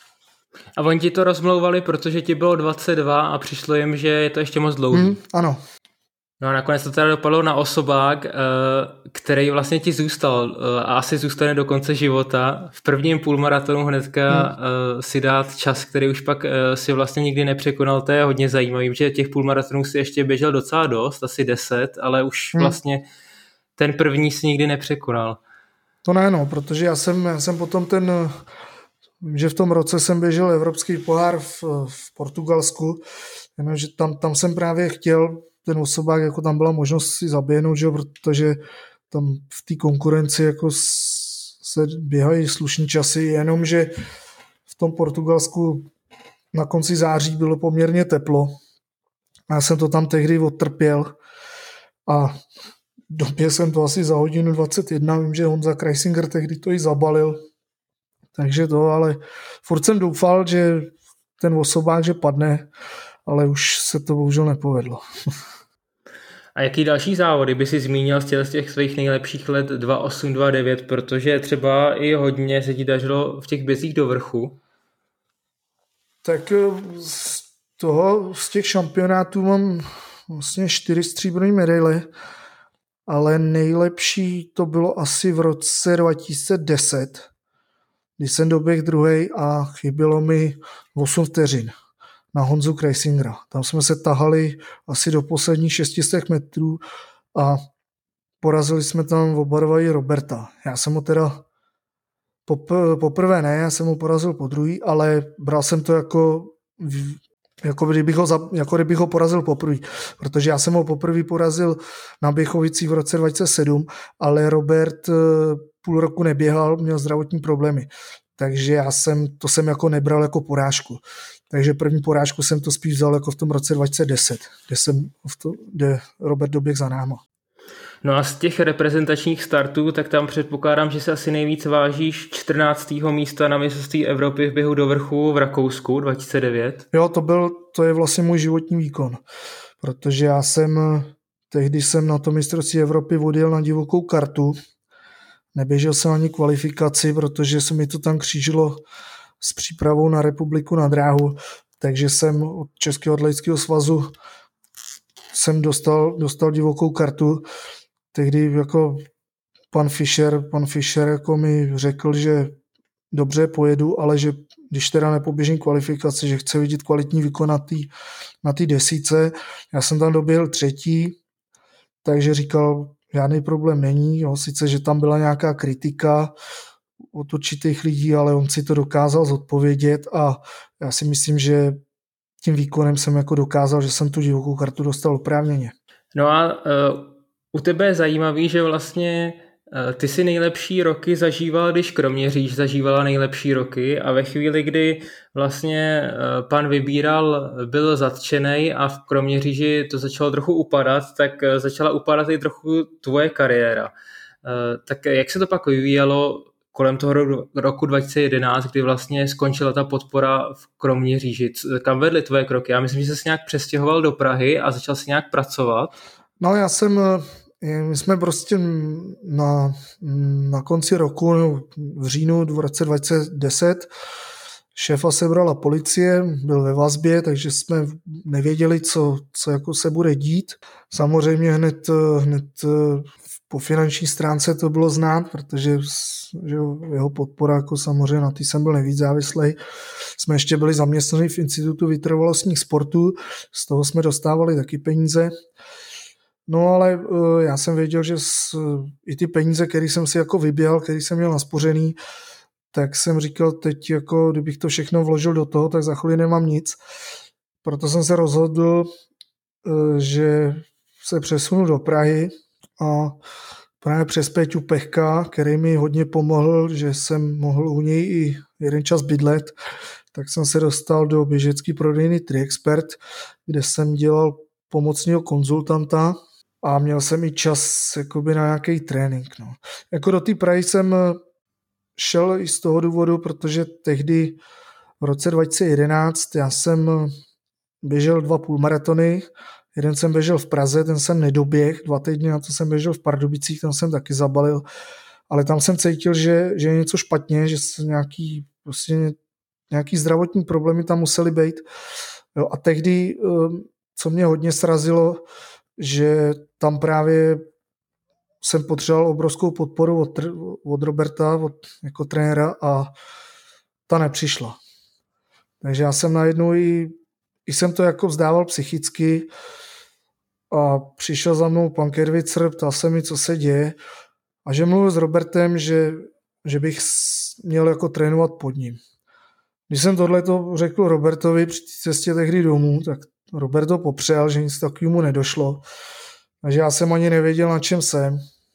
A oni ti to rozmlouvali, protože ti bylo dvacet dva a přišlo jim, že je to ještě moc dlouhý. Hmm, ano. No a nakonec to teda dopadlo na osobák, který vlastně ti zůstal a asi zůstane do konce života. V prvním půlmaratonu hnedka hmm. si dát čas, který už pak si vlastně nikdy nepřekonal. To je hodně zajímavý, že těch půlmaratonů si ještě běžel docela dost, asi deset, ale už hmm. vlastně ten první si nikdy nepřekonal. To ne, no, protože já jsem, já jsem potom ten, Vím, že v tom roce jsem běžel evropský pohár v, v Portugalsku, jenomže tam, tam jsem právě chtěl ten osobák, jako tam byla možnost si zaběhnout, že, protože tam v té konkurenci jako se běhají slušní časy, jenomže v tom Portugalsku na konci září bylo poměrně teplo. Já jsem to tam tehdy odtrpěl a doběhl jsem to asi za hodinu dvacet jedna. Vím, že Honza Kreisinger tehdy to i zabalil. Takže to, ale furt jsem doufal, že ten osobák, že padne, ale už se to bohužel nepovedlo. A jaký další závody by si zmínil z těch svých nejlepších let dva osm dva devět, protože třeba i hodně se ti dařilo v těch bězích do vrchu? Tak z toho, z těch šampionátů mám vlastně čtyři stříbrné medaile, ale nejlepší to bylo asi v roce dva tisíce deset, kdy jsem doběhl druhej a chybělo mi osm vteřin na Honzu Kreisingera. Tam jsme se tahali asi do posledních šesti set metrů a porazili jsme tam oba dva i Roberta. Já jsem ho teda pop- poprvé ne, já jsem ho porazil po druhý, ale bral jsem to jako, jako, kdybych ho, za, jako kdybych ho porazil poprvé, protože já jsem ho poprvé porazil na Běchovicích v roce dva tisíce sedm, ale Robert půl roku neběhal, měl zdravotní problémy. Takže já jsem, to jsem jako nebral jako porážku. Takže první porážku jsem to spíš vzal jako v tom roce dva tisíce deset, kde, jsem v to, kde Robert doběh za náma. No a z těch reprezentačních startů, tak tam předpokládám, že se asi nejvíc vážíš čtrnáctého místa na mistrovství Evropy v běhu do vrchu v Rakousku dva tisíce devět. Jo, to byl, to je vlastně můj životní výkon, protože já jsem, tehdy jsem na to mistrovství Evropy odjel na divokou kartu, neběžel jsem ani kvalifikaci, protože se mi to tam křížilo s přípravou na republiku na dráhu, takže jsem od Českého atletického svazu jsem dostal, dostal divokou kartu. Tehdy jako pan Fischer, pan Fischer jako mi řekl, že dobře pojedu, ale že když teda nepoběžím kvalifikaci, že chce vidět kvalitní výkon na té na té desíce. Já jsem tam doběhl třetí, takže říkal, žádný problém není. Jo. Sice, že tam byla nějaká kritika od určitých lidí, ale on si to dokázal zodpovědět a já si myslím, že tím výkonem jsem jako dokázal, že jsem tu divokou kartu dostal oprávněně. No a uh, u tebe je zajímavý, že vlastně uh, ty si nejlepší roky zažíval, když Kroměříž zažívala nejlepší roky a ve chvíli, kdy vlastně uh, pan Vybíral byl zatčenej a v Kroměříži to začalo trochu upadat, tak uh, začala upadat i trochu tvoje kariéra. Uh, tak jak se to pak vyvíjelo kolem toho roku dva tisíce jedenáct, kdy vlastně skončila ta podpora v Kroměříži? Kam vedly tvoje kroky? Já myslím, že jsi nějak přestěhoval do Prahy a začal si nějak pracovat. No já jsem, my jsme prostě na, na konci roku, v říjnu v roce dva tisíce deset, šéfa sebrala policie, byl ve vazbě, takže jsme nevěděli, co, co jako se bude dít. Samozřejmě hned, hned po finanční stránce to bylo znát, protože že jeho podpora, jako samozřejmě na ty jsem byl nejvíc závislý. Jsme ještě byli zaměstnaní v Institutu vytrvalostních sportů, z toho jsme dostávali taky peníze. No ale já jsem věděl, že i ty peníze, které jsem si jako vyběhal, které jsem měl naspořený, tak jsem říkal, teď jako kdybych to všechno vložil do toho, tak za chvíli nemám nic. Proto jsem se rozhodl, že se přesunu do Prahy a právě přes Péťu Pechka, který mi hodně pomohl, že jsem mohl u něj i jeden čas bydlet, tak jsem se dostal do běžecké prodejny Triexpert, kde jsem dělal pomocného konzultanta a měl jsem i čas jakoby na nějaký trénink. No. Jako do té Prahy jsem šel i z toho důvodu, protože tehdy v roce dva tisíce jedenáct já jsem běžel dva půlmaratony. Jeden jsem běžel v Praze, ten jsem nedoběh, dva týdny na to jsem běžel v Pardubicích, tam jsem taky zabalil, ale tam jsem cítil, že, že je něco špatně, že nějaký, prostě nějaký zdravotní problémy tam musely být. Jo, a tehdy, co mě hodně srazilo, že tam právě jsem potřeboval obrovskou podporu od, od Roberta, od, jako trenéra a ta nepřišla. Takže já jsem najednou i, i jsem to jako vzdával psychicky a přišel za mnou pan Kervicer, ptal se mi, co se děje a že mluvil s Robertem, že, že bych měl jako trénovat pod ním. Když jsem tohleto řekl Robertovi při cestě tehdy domů, tak Robert to popřel, že nic takovému nedošlo. Takže já jsem ani nevěděl, na čem jsem.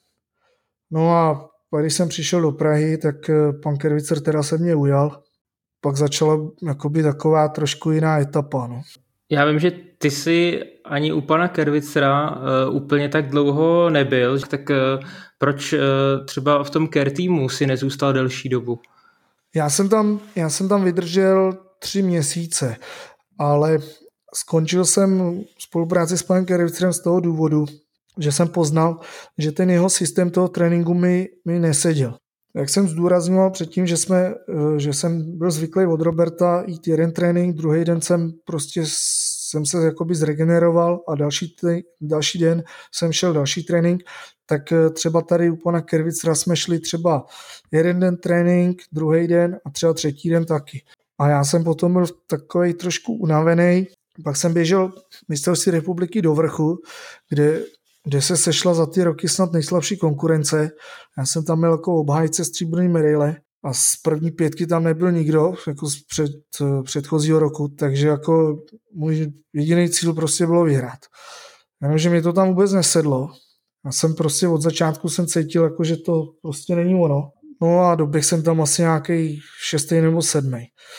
No a pak, když jsem přišel do Prahy, tak pan Kervicer teda se mě ujal. Pak začala jakoby taková trošku jiná etapa. No. Já vím, že ty jsi ani u pana Kervicera uh, úplně tak dlouho nebyl, tak uh, proč uh, třeba v tom care týmu si nezůstal delší dobu? Já jsem tam, já jsem tam vydržel tři měsíce, ale skončil jsem spolupráci s panem Kervicerem z toho důvodu, že jsem poznal, že ten jeho systém toho tréninku mi, mi neseděl. Jak jsem zdůrazňoval předtím, že, jsme, že jsem byl zvyklý od Roberta jít jeden trénink, druhý den jsem prostě jsem se jakoby zregeneroval a další, další den jsem šel další trénink, tak třeba tady u pana Kervicera jsme šli třeba jeden den trénink, druhý den a třeba třetí den taky. A já jsem potom byl takovej trošku unavený, pak jsem běžel mistrovství republiky do vrchu, kde kde se sešla za ty roky snad nejslabší konkurence. Já jsem tam měl jako obhájce stříbrný medaile a z první pětky tam nebyl nikdo, jako z před, předchozího roku, takže jako můj jediný cíl prostě bylo vyhrát. Jenomže mě to tam vůbec nesedlo. Já jsem prostě od začátku jsem cítil, jako, že to prostě není ono. No a doběh jsem tam asi nějaký šestý nebo sedmý.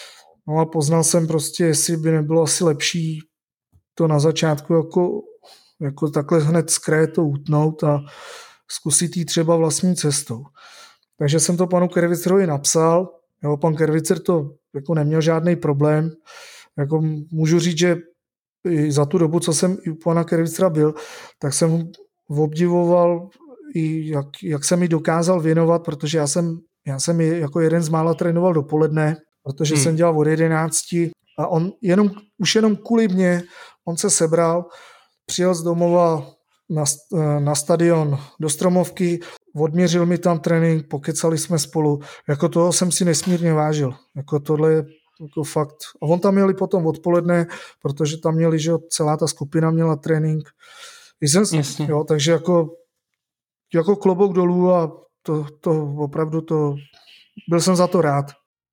No a poznal jsem prostě, jestli by nebylo asi lepší to na začátku jako jako takhle hned z kraje to utnout a zkusit jít třeba vlastní cestou. Takže jsem to panu Kervicerovi napsal, jo, pan Kervicer to jako neměl žádný problém. Jako můžu říct, že i za tu dobu, co jsem u pana Kervicera byl, tak jsem obdivoval, i jak, jak jsem mi dokázal věnovat, protože já jsem, já jsem jako jeden z mála trénoval dopoledne, protože hmm. jsem dělal od jedenácti a on jenom, už jenom kvůli mě, on se sebral, přijel z domova na, na stadion do Stromovky, odměřil mi tam trénink, pokecali jsme spolu. Jako toho jsem si nesmírně vážil. Jako tohle je jako fakt. A on tam měli potom odpoledne, protože tam měli, že celá ta skupina měla trénink. Jsem, jo, takže jako, jako klobouk dolů a to, to opravdu to, byl jsem za to rád.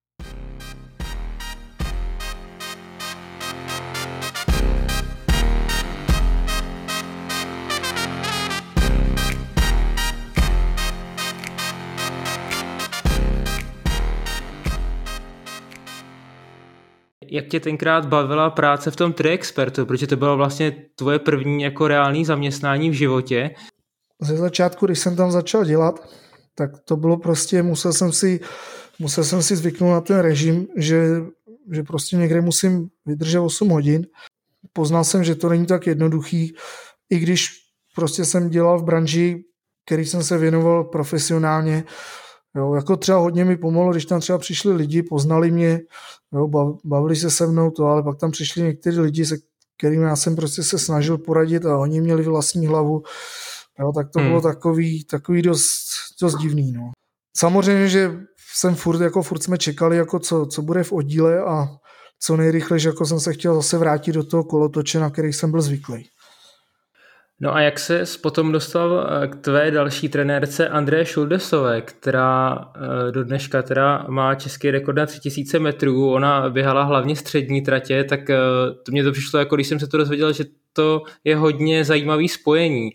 Jak tě tenkrát bavila práce v tom TriExpertu, protože to bylo vlastně tvoje první jako reální zaměstnání v životě? Ze začátku, když jsem tam začal dělat, tak to bylo prostě, musel jsem si, musel jsem si zvyknout na ten režim, že, že prostě někde musím vydržet osm hodin. Poznal jsem, že to není tak jednoduchý, i když prostě jsem dělal v branži, který jsem se věnoval profesionálně. Jo, jako třeba hodně mi pomohlo, když tam třeba přišli lidi, poznali mě, jo, bavili se se mnou to, ale pak tam přišli někteří lidi, se kterými já jsem prostě se snažil poradit a oni měli vlastní hlavu, jo, tak to hmm. bylo takový, takový dost, dost divný. No. Samozřejmě, že jsem furt, jako furt jsme čekali, jako co, co bude v oddíle a co nejrychleji, jako jsem se chtěl zase vrátit do toho kolotoče, na který jsem byl zvyklý. No a jak se potom dostal k tvé další trenérce Andreje Šuldesové, která do dneška teda má český rekord na tři tisíce metrů, ona běhala hlavně střední tratě, tak to mě to přišlo, jako když jsem se to dozvěděl, že to je hodně zajímavý spojení.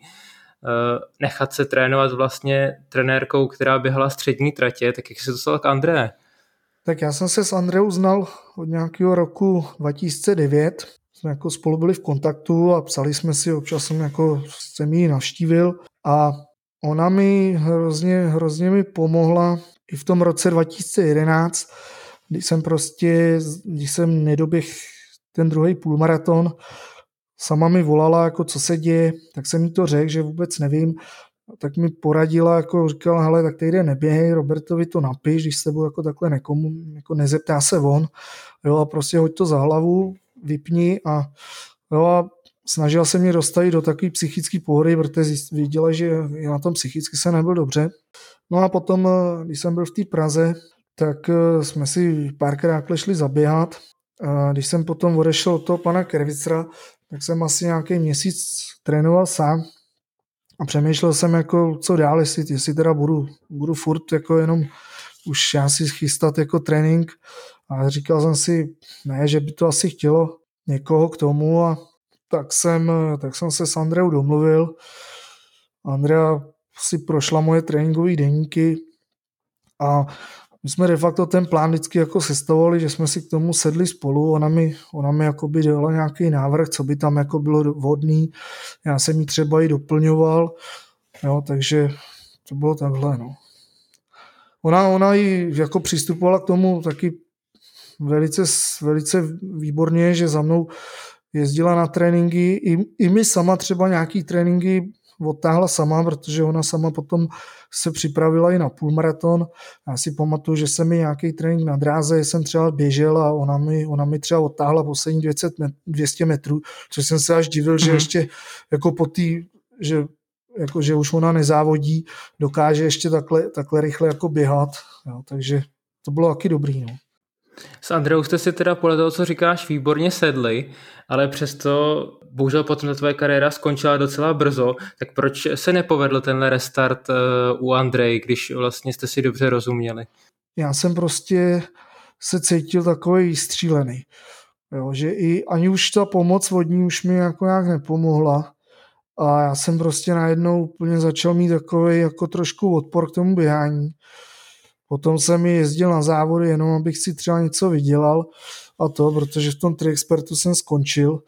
Nechat se trénovat vlastně trenérkou, která běhala střední tratě, tak jak se dostal k Andreje? Tak já jsem se s Andreou znal od nějakého roku dva tisíce devět, jsme jako spolu byli v kontaktu a psali jsme si, občas jsem jako jsem ji navštívil a ona mi hrozně, hrozně mi pomohla i v tom roce dva tisíce jedenáct, kdy jsem prostě, když jsem nedoběhl ten druhý půlmaraton, sama mi volala, jako co se děje, tak jsem jí to řekl, že vůbec nevím, tak mi poradila, jako říkala, hele, tak teď neběhej, Robertovi to napiš, když s tebou jako takhle nekomu, jako nezeptá se on, jo, a prostě hoď to za hlavu, vypni a, jo, a snažila se mě dostat do takové psychické pohody, protože viděla, že na tom psychicky se nebyl dobře. No a potom, když jsem byl v té Praze, tak jsme si párkrát šli zaběhat. A když jsem potom odešel od toho pana Kervicera, tak jsem asi nějaký měsíc trénoval sám a přemýšlel jsem, jako, co dál, jestli, jestli teda budu, budu furt jako jenom už já si chystat jako trénink, A říkal jsem si, ne, že by to asi chtělo někoho k tomu a tak jsem, tak jsem se s Andreou domluvil. Andrea si prošla moje tréninkové deníky a my jsme de facto ten plán vždycky jako sestavovali, že jsme si k tomu sedli spolu, ona mi, ona mi jakoby dala nějaký návrh, co by tam jako bylo vhodný, já jsem jí třeba i doplňoval, jo, takže to bylo takhle, no. Ona, ona i jako přistupovala k tomu taky velice, velice výborně, že za mnou jezdila na tréninky, i, i mi sama třeba nějaký tréninky odtáhla sama, protože ona sama potom se připravila i na půlmaraton. Já si pamatuju, že jsem mi nějaký trénink na dráze, jsem třeba běžel a ona mi, ona mi třeba odtáhla poslední dvě stě metrů, což jsem se až divil, mm-hmm. že ještě jako po tý, že, jako, že už ona nezávodí, dokáže ještě takhle, takhle rychle jako běhat. Jo, takže to bylo taky dobrý. No. S Andreou jste si teda podle toho, co říkáš, výborně sedli, ale přesto bohužel potom ta tvoje kariéra skončila docela brzo, tak proč se nepovedl tenhle restart u Andreji, když vlastně jste si dobře rozuměli? Já jsem prostě se cítil takový střílený, jo, že i ani už ta pomoc od ní už mi jako nějak nepomohla a já jsem prostě najednou úplně začal mít takový jako trošku odpor k tomu běhání. Potom jsem mi jezdil na závody, jenom abych si třeba něco vydělal a to, protože v tom Triexpertu jsem skončil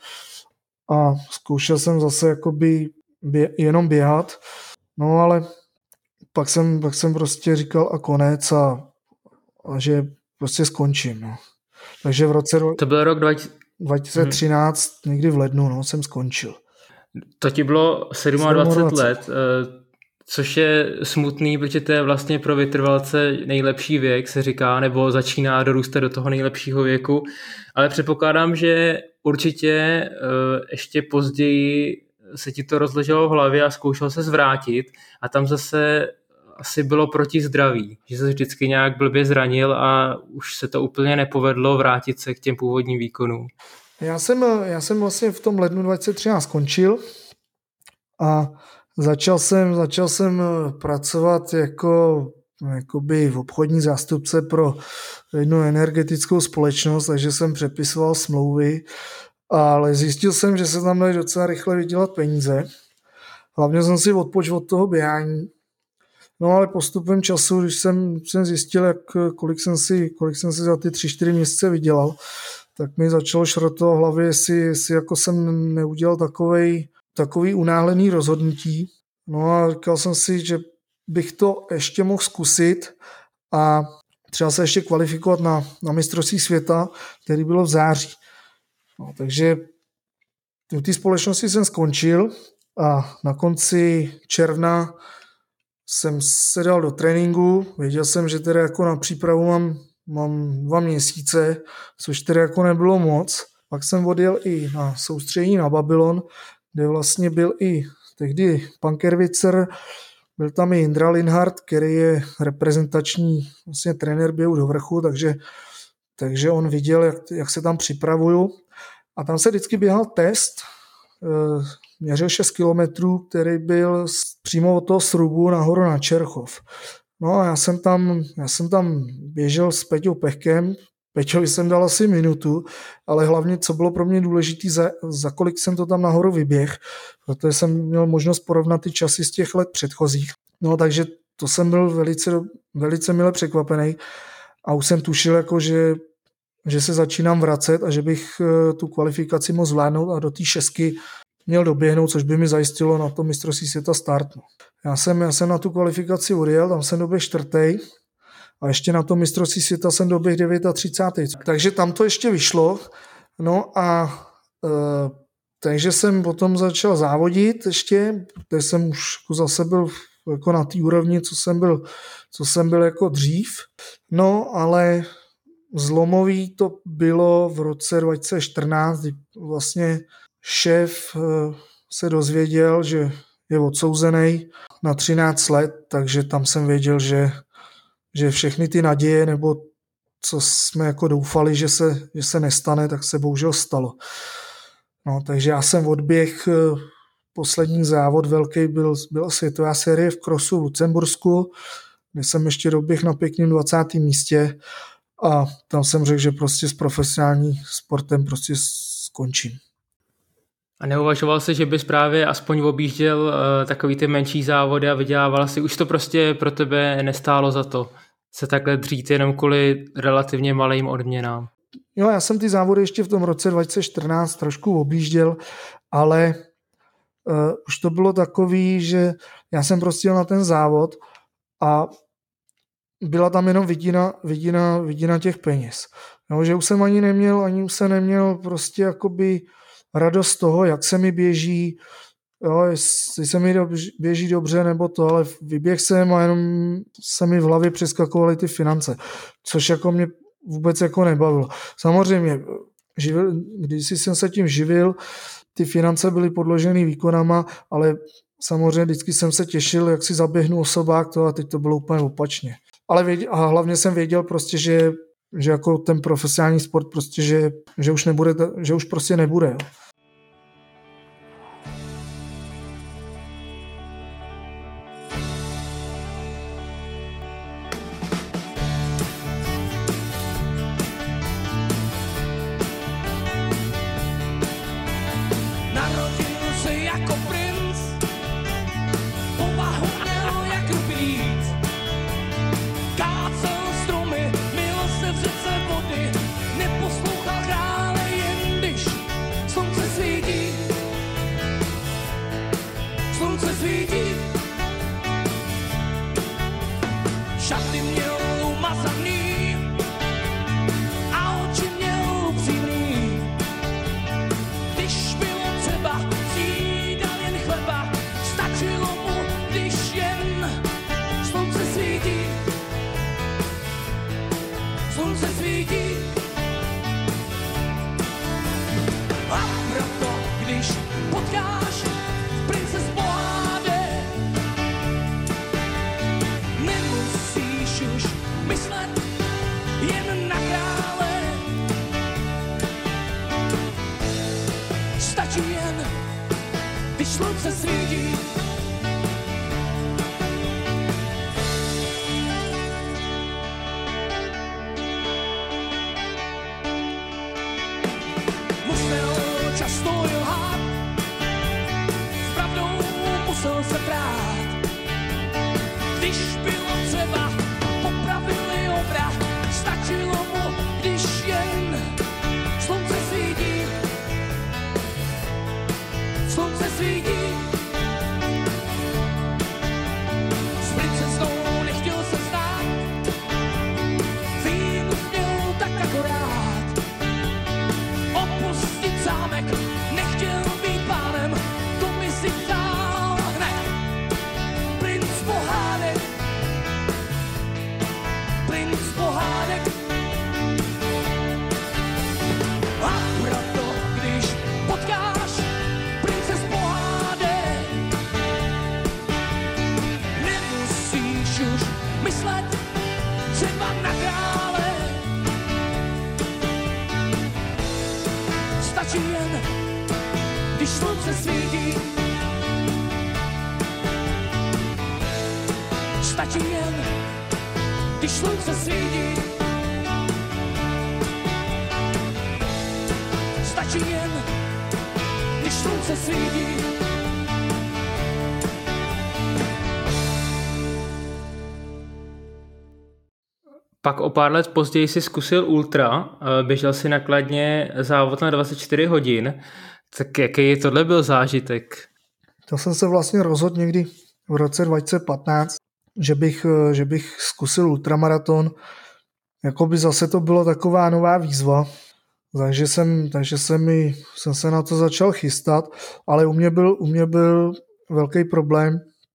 a zkoušel jsem zase jakoby bě, jenom běhat, no ale pak jsem, pak jsem prostě říkal a konec a, a že prostě skončím, no. Takže v roce to byl rok dva tisíce třináct, hmm. někdy v lednu, no, jsem skončil. To ti bylo dvacet sedm let, což je smutný, protože to je vlastně pro vytrvalce nejlepší věk, se říká, nebo začíná dorůstat do toho nejlepšího věku, ale předpokládám, že určitě ještě později se ti to rozleželo v hlavě a zkoušel se zvrátit a tam zase asi bylo proti zdraví, že se vždycky nějak blbě zranil a už se to úplně nepovedlo vrátit se k těm původním výkonům. Já jsem, já jsem vlastně v tom lednu dva tisíce třináct skončil a Začal jsem, začal jsem pracovat jako jakoby v obchodní zástupce pro jednu energetickou společnost, takže jsem přepisoval smlouvy, ale zjistil jsem, že se tam dají docela rychle vydělat peníze. Hlavně jsem si odpočil od toho běhání. No ale postupem času, když jsem, jsem zjistil, jak, kolik, jsem si, kolik jsem si za ty tři čtyři měsíce vydělal, tak mi začalo šrotovat v hlavě, jestli, jestli jako jsem neudělal takovej takový unáhlený rozhodnutí. No a říkal jsem si, že bych to ještě mohl zkusit a třeba se ještě kvalifikovat na, na mistrovství světa, který bylo v září. No, takže v té společnosti jsem skončil a na konci června jsem se dal do tréninku. Věděl jsem, že tedy jako na přípravu mám, mám dva měsíce, což tedy jako nebylo moc. Pak jsem odjel i na soustředění na Babylon, kde vlastně byl i tehdy Pankervicer, byl tam i Indra Linhardt, který je reprezentační vlastně trenér běhu do vrchu, takže, takže on viděl, jak, jak se tam připravuju. A tam se vždycky běhal test, měřil šest kilometrů, který byl přímo od toho srubu nahoru na Čerchov. No a já jsem tam, já jsem tam běžel s Peťou Pechkem, Peťovi jsem dal asi minutu, ale hlavně, co bylo pro mě důležité, za, za kolik jsem to tam nahoru vyběh, protože jsem měl možnost porovnat ty časy z těch let předchozích. No takže to jsem byl velice, velice mile překvapený a už jsem tušil, jako, že, že se začínám vracet a že bych tu kvalifikaci mohl zvládnout a do té šestky měl doběhnout, což by mi zajistilo na to mistrovství světa start. No. Já, jsem, já jsem na tu kvalifikaci odjel, tam jsem doběhl čtvrtý. A ještě na tom mistrovství světa jsem doběhl třicátý devátý Takže tam to ještě vyšlo. No a e, takže jsem potom začal závodit ještě, protože jsem už zase byl jako na té úrovni, co jsem byl, co jsem byl jako dřív. No, ale zlomový to bylo v roce dva tisíce čtrnáct, kdy vlastně šéf e, se dozvěděl, že je odsouzený na třináct let, takže tam jsem věděl, že že všechny ty naděje, nebo co jsme jako doufali, že se, že se nestane, tak se bohužel stalo. No, takže já jsem odběh, poslední závod velký byl, byla světová série v krosu v Lucembursku, kde jsem ještě doběh na pěkném dvacátém místě a tam jsem řekl, že prostě s profesionálním sportem prostě skončím. A neuvažoval jsi, že bys právě aspoň objížděl uh, takový ty menší závody a vydělával si, už to prostě pro tebe nestálo za to se takhle dřít jenom kvůli relativně malým odměnám? Jo, já jsem ty závody ještě v tom roce dva tisíce čtrnáct trošku objížděl, ale uh, už to bylo takový, že já jsem prostě jel na ten závod a byla tam jenom vidina, vidina, vidina těch peněz. Jo, že už jsem ani neměl, ani už jsem neměl prostě jakoby radost toho, jak se mi běží, jo, jestli se mi běží dobře nebo to, ale vyběh jsem a jenom se mi v hlavě přeskakovaly ty finance, což jako mě vůbec jako nebavilo. Samozřejmě, živil, když jsem se tím živil, ty finance byly podloženy výkonama, ale samozřejmě vždycky jsem se těšil, jak si zaběhnu osobák to a teď to bylo úplně opačně. Ale věděl, a hlavně jsem věděl prostě, že, že jako ten profesionální sport prostě, že, že už nebude, že už prostě nebude. Jo. Pak o pár let později si zkusil ultra, běžel si nakladně závod na dvacet čtyři hodin. Tak jaký tohle byl zážitek? To jsem se vlastně rozhodl někdy v roce dva tisíce patnáct, že bych, že bych zkusil ultramaraton. Jakoby zase to bylo taková nová výzva, takže jsem, takže jsem, mi, jsem se na to začal chystat, ale u mě byl, u mě byl velký problém,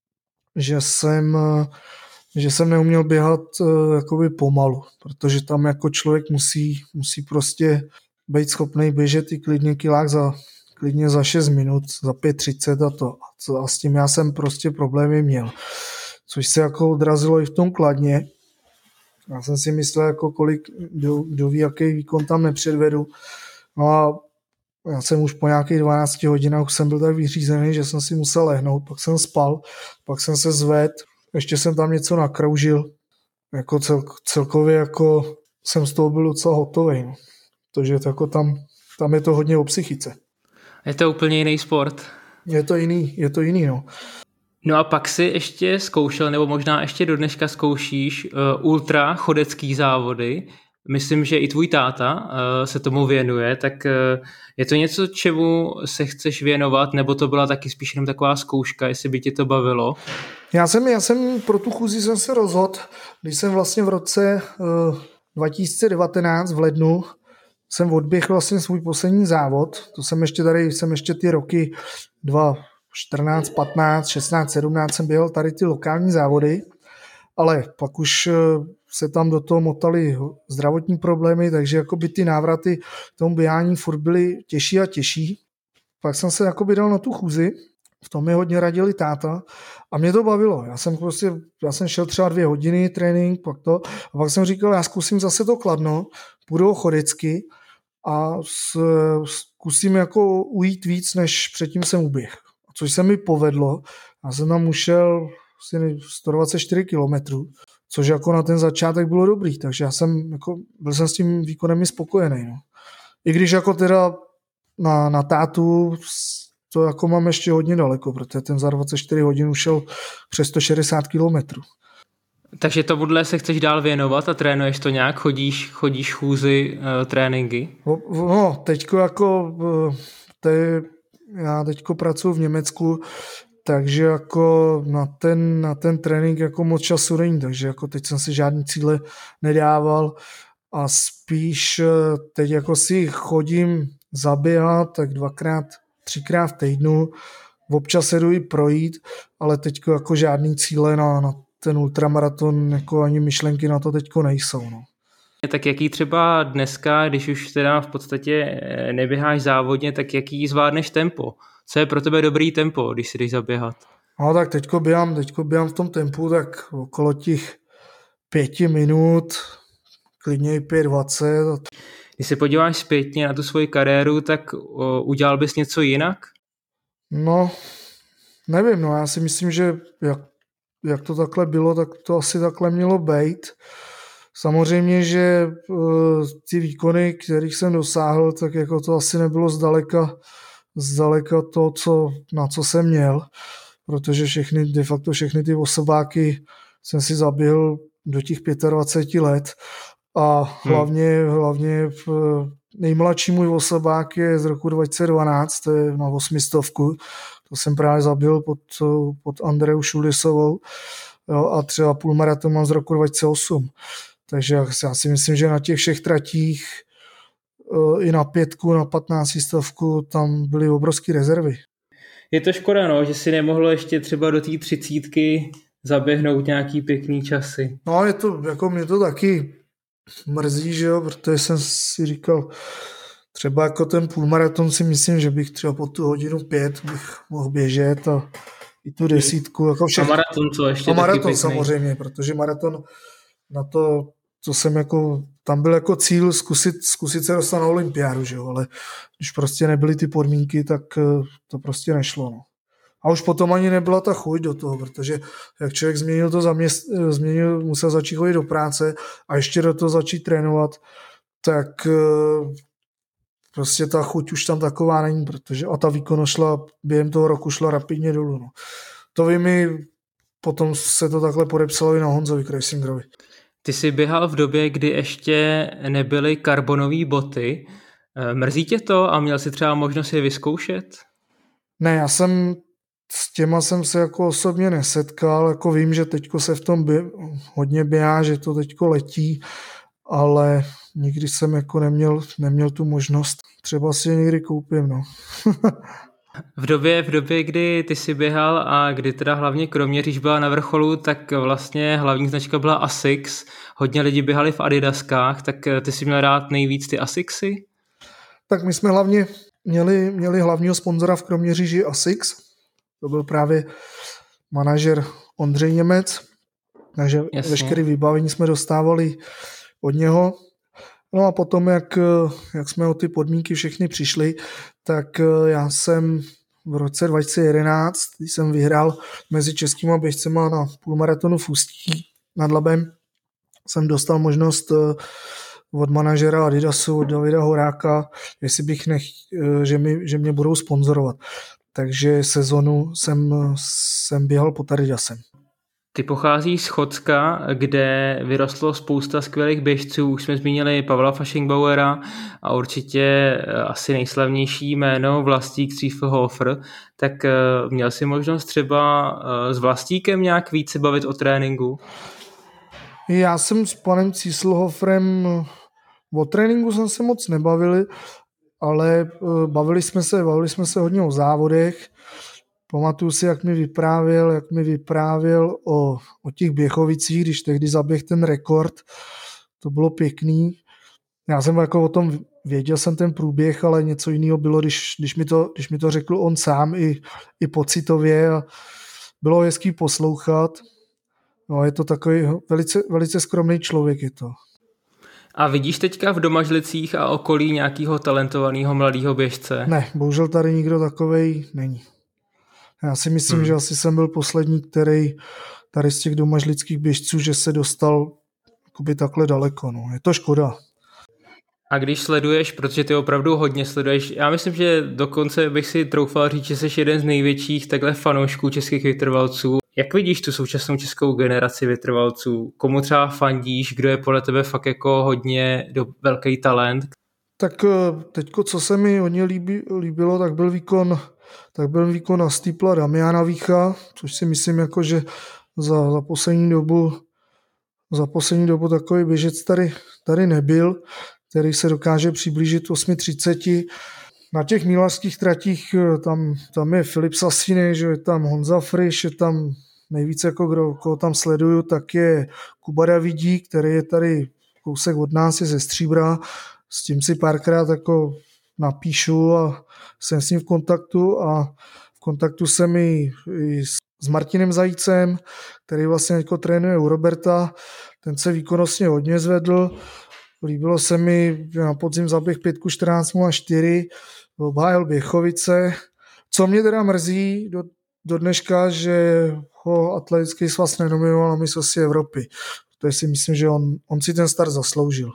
že jsem, že jsem neuměl běhat jakoby pomalu, protože tam jako člověk musí, musí prostě být schopný běžet i klidně kilák za, klidně za šest minut, za pět třicet a to. A s tím já jsem prostě problémy měl. Což se jako odrazilo i v tom Kladně. Já jsem si myslel, jako kolik, kdo, kdo ví, jaký výkon tam nepředvedu. No a já jsem už po nějakých dvanácti hodinách už jsem byl tak vyřízený, že jsem si musel lehnout, pak jsem spal, pak jsem se zvedl, ještě jsem tam něco nakroužil. Jako cel, celkově jako jsem z toho byl docela hotový. No. Takže jako tam, tam je to hodně o psychice. Je to úplně jiný sport. Je to jiný, je to jiný, no. No a pak si ještě zkoušel, nebo možná ještě do dneška zkoušíš uh, ultra chodecký závody. Myslím, že i tvůj táta uh, se tomu věnuje, tak uh, je to něco, čemu se chceš věnovat, nebo to byla taky spíš jenom taková zkouška, jestli by tě to bavilo? Já jsem, já jsem pro tu chůzi jsem se rozhodl, když jsem vlastně v roce uh, dva tisíce devatenáct v lednu jsem odběhl vlastně svůj poslední závod. To jsem ještě tady, jsem ještě ty roky dva tisíce čtrnáct, patnáct, šestnáct, sedmnáct jsem běhal tady ty lokální závody, ale pak už se tam do toho motaly zdravotní problémy, takže jakoby ty návraty k tomu běhání furt byly těžší a těžší. Pak jsem se jakoby dal na tu chůzi, v tom mi hodně radili táta a mě to bavilo. Já jsem prostě, já jsem šel třeba dvě hodiny trénink, pak to, a pak jsem říkal, já zkusím zase to Kladno, půjdu chodecky a zkusím jako ujít víc, než předtím jsem uběh. Což se mi povedlo. Já jsem tam ušel sto dvacet čtyři kilometrů, což jako na ten začátek bylo dobrý, takže já jsem, jako, byl jsem s tím výkonem i spokojený. No. I když jako teda na, na tátu to jako mám ještě hodně daleko, protože ten za dvacet čtyři hodin ušel přes sto šedesát kilometrů. Takže tomuhle se chceš dál věnovat a trénuješ to nějak? Chodíš, chodíš chůzi, uh, tréninky? No, no teďko jako te, já teďko pracuji v Německu, takže jako na ten, na ten trénink jako moc času není, takže jako teď jsem si žádný cíle nedával a spíš teď jako si chodím zaběhat tak dvakrát, třikrát v týdnu, občas se jdu i projít, ale teďko jako žádný cíle na, na ten ultramaraton, jako ani myšlenky na to teďko nejsou. No. Tak jaký třeba dneska, když už teda v podstatě neběháš závodně, tak jaký zvládneš tempo? Co je pro tebe dobrý tempo, když si jdeš zaběhat? No tak teďko běhám, teďko běhám v tom tempu tak okolo těch pěti minut, klidně i pět dvacet. Když se podíváš zpětně na tu svoji kariéru, tak o, udělal bys něco jinak? No, nevím, no já si myslím, že jak, jak to takhle bylo, tak to asi takhle mělo být. Samozřejmě, že uh, ty výkony, kterých jsem dosáhl, tak jako to asi nebylo zdaleka, zdaleka to, co, na co jsem měl, protože všechny, de facto všechny ty osobáky jsem si zabil do těch dvacet pět let a hlavně, hmm. hlavně v, nejmladší můj osobák je z roku dva tisíce dvanáct, to je na osmistovku, to jsem právě zabil pod, pod Andreou Šulisovou, jo, a třeba půlmaraton mám z roku dva tisíce osm. Takže já si myslím, že na těch všech tratích i na pětku, na patnáctistovku tam byly obrovské rezervy. Je to škoda, no, že si nemohlo ještě třeba do té třicítky zaběhnout nějaký pěkný časy. No, je to, jako mě to taky mrzí, že jo, protože jsem si říkal, třeba jako ten půlmaraton si myslím, že bych třeba po tu hodinu pět bych mohl běžet a i tu desítku. Jako a maraton co ještě? A maraton samozřejmě, protože maraton na to, co jsem jako, tam byl jako cíl zkusit, zkusit se dostat na olympiádu, že jo, ale když prostě nebyly ty podmínky, tak to prostě nešlo, no. A už potom ani nebyla ta chuť do toho, protože jak člověk změnil to zaměst, změnil, musel začít chodit do práce a ještě do toho začít trénovat, tak prostě ta chuť už tam taková není, protože a ta výkonnost šla, během toho roku šla rapidně dolů, no. To vím mi, potom se to takhle podepsalo i na Honzovi Kreisingerovi. Ty jsi běhal v době, kdy ještě nebyly karbonové boty. Mrzí tě to a měl jsi třeba možnost je vyzkoušet? Ne, já jsem s těma jsem se jako osobně nesetkal, jako vím, že teďko se v tom bě, hodně běhá, že to teďko letí, ale nikdy jsem jako neměl, neměl tu možnost. Třeba si je někdy koupím, no. V době, v době, kdy ty jsi běhal a kdy teda hlavně Kroměříž byla na vrcholu, tak vlastně hlavní značka byla Asics. Hodně lidí běhali v Adidaskách, tak ty jsi měl rád nejvíc ty Asicsy? Tak my jsme hlavně měli, měli hlavního sponzora v Kroměříži Asics. To byl právě manažer Ondřej Němec, takže Jasně. veškeré vybavení jsme dostávali od něho. No a potom, jak, jak jsme o ty podmínky všechny přišli, tak já jsem v roce dva tisíce jedenáct, když jsem vyhrál mezi českýma běžcema na půlmaratonu v Ústí nad Labem, jsem dostal možnost od manažera Adidasu, od Davida Horáka, jestli bych nech, že, mi, že mě budou sponzorovat. Takže sezonu jsem, jsem běhal pod Adidasem. Ty pocházíš z Chocka, kde vyrostlo spousta skvělých běžců. Už jsme zmínili Pavla Faschingbauera a určitě asi nejslavnější jméno Vlastík Ziefelhofer. Tak měl jsi možnost třeba s Vlastíkem nějak víc se bavit o tréninku? Já jsem s panem Ziefelhoferem o tréninku jsem se moc nebavili, ale bavili jsme se, bavili jsme se hodně o závodech. Pamatuju si, jak mi vyprávěl, jak mi vyprávěl o, o těch Běchovicích, když tehdy zaběh ten rekord. To bylo pěkný. Já jsem jako o tom věděl jsem ten průběh, ale něco jiného bylo, když, když, mi, to, když mi to řekl on sám i, i pocitově. A bylo hezký poslouchat. No, je to takový velice, velice skromný člověk. Je to. A vidíš teďka v Domažlicích a okolí nějakého talentovaného mladého běžce? Ne, bohužel tady nikdo takovej není. Já si myslím, hmm. že asi jsem byl poslední, který tady z těch domažlických běžců, že se dostal jakoby takhle daleko. No. Je to škoda. A když sleduješ, protože ty opravdu hodně sleduješ, já myslím, že dokonce bych si troufal říct, že jsi jeden z největších takhle fanoušků českých vytrvalců. Jak vidíš tu současnou českou generaci vytrvalců? Komu třeba fandíš? Kdo je podle tebe fakt jako hodně do, velký talent? Tak teďko, co se mi hodně líbí, líbilo, tak byl výkon tak byl výkon na Stýpla Damiana Vícha, což si myslím, jako, že za, za poslední dobu za poslední dobu takový běžec tady, tady nebyl, který se dokáže přiblížit osm třicet. Na těch mílařských tratích tam, tam je Filip Sasíny, že je tam Honza Friš, je tam nejvíce, jako kdo, koho tam sleduju, tak je Kuba Davidík, který je tady kousek od nás, je ze Stříbra, s tím si párkrát jako napíšu a jsem s ním v kontaktu a v kontaktu jsem i, i s Martinem Zajícem, který vlastně jako trénuje u Roberta, ten se výkonnostně hodně zvedl, líbilo se mi, že na podzim zaběh pět čtrnáct nula čtyři, obhájil Běchovice, co mě teda mrzí do, do dneška, že ho atletický svaz nenominoval na mistrovství Evropy, protože si myslím, že on, on si ten start zasloužil.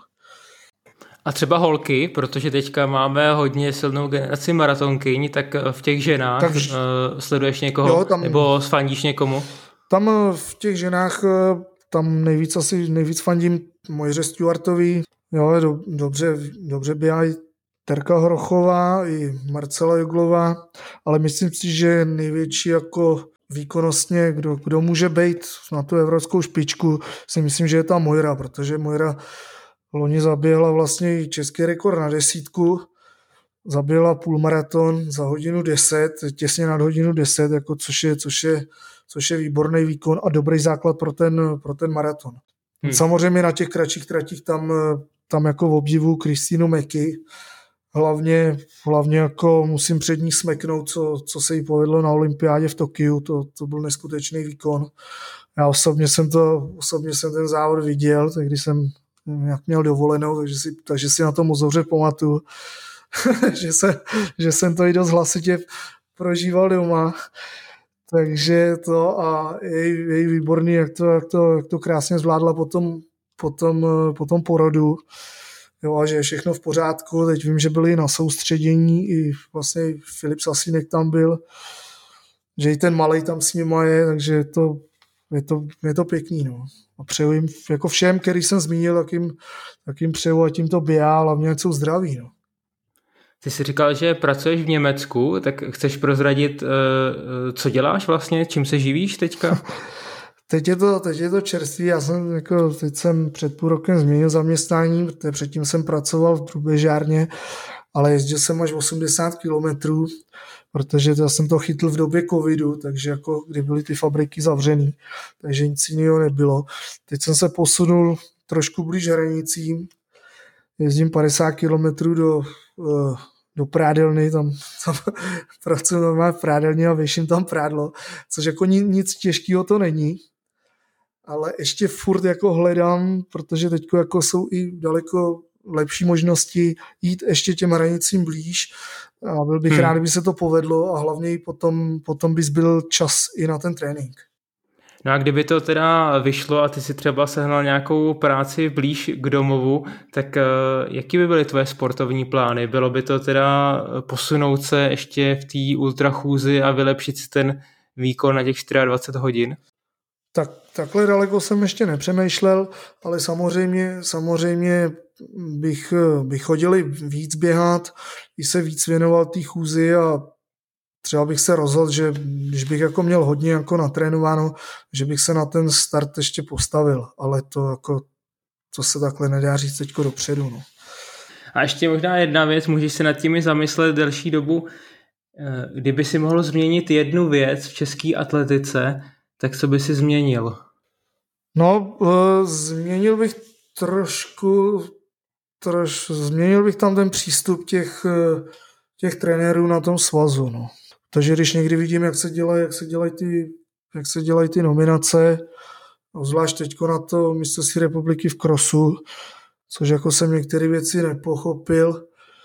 A třeba holky, protože teďka máme hodně silnou generaci maratonkyň, tak v těch ženách tak, uh, sleduješ někoho jo, tam, nebo fandíš někomu? Tam v těch ženách tam nejvíc asi nejvíc fandím Mojře Stewartový. Jo, do, dobře, dobře běhají Terka Horochová i Marcela Joglová, ale myslím si, že největší jako výkonnostně, kdo, kdo může být na tu evropskou špičku, si myslím, že je ta Mojra, protože Mojra loni zaběhla vlastně i český rekord na desítku, zaběhla půlmaraton za hodinu deset, těsně nad hodinu deset, jako což, je, což, je, což je výborný výkon a dobrý základ pro ten, pro ten maraton. Hmm. Samozřejmě na těch kratších tratích tam, tam jako obdivu Kristýnu Meky, hlavně, hlavně jako musím před ní smeknout, co, co se jí povedlo na olympiádě v Tokiu, to, to byl neskutečný výkon. Já osobně jsem, to, osobně jsem ten závod viděl, tak když jsem jak měl dovolenou, takže si, takže si na to moc dobře pamatuju, že, se, že jsem to i dost hlasitě prožíval doma. Takže to a její, její výborný, jak to, jak, to, jak to krásně zvládla potom, potom, potom porodu. Jo, a že je všechno v pořádku. Teď vím, že byli na soustředění, i vlastně Filip Sasínek tam byl, že i ten malej tam s nima je, takže je to, je to, je to pěkný. No. A přeju jim jako všem, který jsem zmínil, tak jim, tak jim přeju, ať jim to běhá, hlavně ať jsou zdraví. No. Ty jsi říkal, že pracuješ v Německu, tak chceš prozradit, co děláš vlastně, čím se živíš teďka? Teď je to, teď je to čerstvý, já jsem jako, teď jsem před půl rokem změnil zaměstnání, protože předtím jsem pracoval v průběžárně, ale jezdil jsem až osmdesát kilometrů, protože já jsem to chytl v době covidu, takže jako kdy byly ty fabriky zavřený, takže nic jiného nebylo. Teď jsem se posunul trošku blíž hranicím, jezdím padesát kilometrů do, do prádelny, tam, tam pracuji normálně v prádelně a věším tam prádlo, což jako nic těžkého to není, ale ještě furt jako hledám, protože teď jako jsou i daleko lepší možnosti jít ještě těm hranicím blíž a byl bych hmm. rád, kdyby se to povedlo a hlavně potom, potom bys byl čas i na ten trénink. No a kdyby to teda vyšlo a ty si třeba sehnal nějakou práci blíž k domovu, tak uh, jaký by byly tvoje sportovní plány? Bylo by to teda posunout se ještě v té ultrachůzi a vylepšit si ten výkon na těch dvacet čtyři hodin? Tak, takhle daleko jsem ještě nepřemýšlel, ale samozřejmě, samozřejmě bych, bych chodil i víc běhat, i se víc věnoval té chůzi a třeba bych se rozhodl, že když bych jako měl hodně jako natrénováno, že bych se na ten start ještě postavil, ale to jako to se takhle nedá říct teďko dopředu. No. A ještě možná jedna věc, můžeš se nad tím zamyslet delší dobu, kdyby si mohl změnit jednu věc v české atletice, tak co by si změnil? No, uh, změnil bych trošku, troš, změnil bych tam ten přístup těch, těch trenérů na tom svazu, no. Takže když někdy vidím, jak se dělají, jak se dělají ty, jak se dělají ty nominace, zvlášť teďko na to mistrovství republiky v crossu, což jako jsem některé věci nepochopil,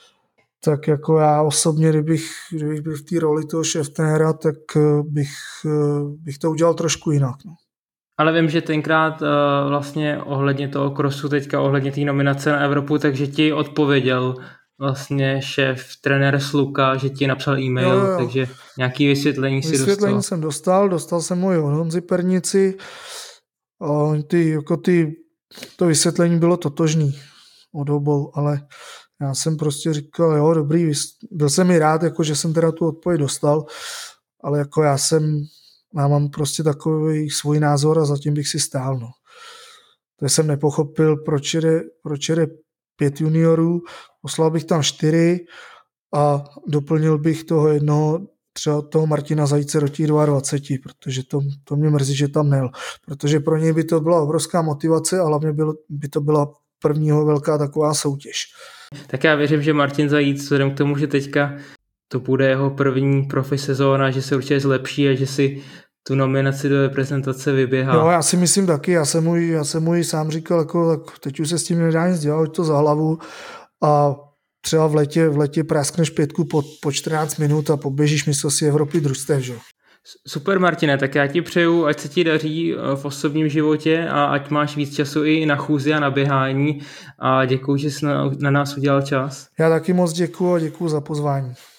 tak jako já osobně, kdybych, kdybych byl v té roli toho šéftéra, tak bych, bych to udělal trošku jinak. No. Ale vím, že tenkrát uh, vlastně ohledně toho crossu, teďka ohledně té nominace na Evropu, takže ti odpověděl vlastně šéf, trenér Sluka, že ti napsal e-mail, jo, jo. Takže nějaký vysvětlení si dostal. Vysvětlení jsem dostal, dostal jsem ho od Honzy Pernici. A ty, jako ty, to vysvětlení bylo totožný od obou, ale já jsem prostě říkal, jo, dobrý, byl jsem i rád, jako, že jsem teda tu odpověď dostal, ale jako já jsem, já mám prostě takový svůj názor a zatím bych si stál, no. To jsem nepochopil, proč jde, proč jde pět juniorů, poslal bych tam čtyři a doplnil bych toho jednoho, třeba toho Martina Zajíce do těch dvacet dva, protože to, to mě mrzí, že tam nejel. Protože pro něj by to byla obrovská motivace a hlavně byl, by to byla prvního velká taková soutěž. Tak já věřím, že Martin Zajíc, vzhledem k tomu, že teďka to bude jeho první profi sezóna, že se určitě zlepší a že si tu nominaci do reprezentace vyběhá. Jo, já si myslím taky, já jsem mu, já jsem mu sám říkal, jako, tak teď už se s tím nedá nic dělat, to za hlavu a třeba v letě, v letě praskneš pětku po, po čtrnáct minut a poběžíš mistrovství Evropy družstev, že? Super, Martine, tak já ti přeju, ať se ti daří v osobním životě a ať máš víc času i na chůzi a na běhání a děkuji, že jsi na, na nás udělal čas. Já taky moc děkuji a děkuji za pozvání.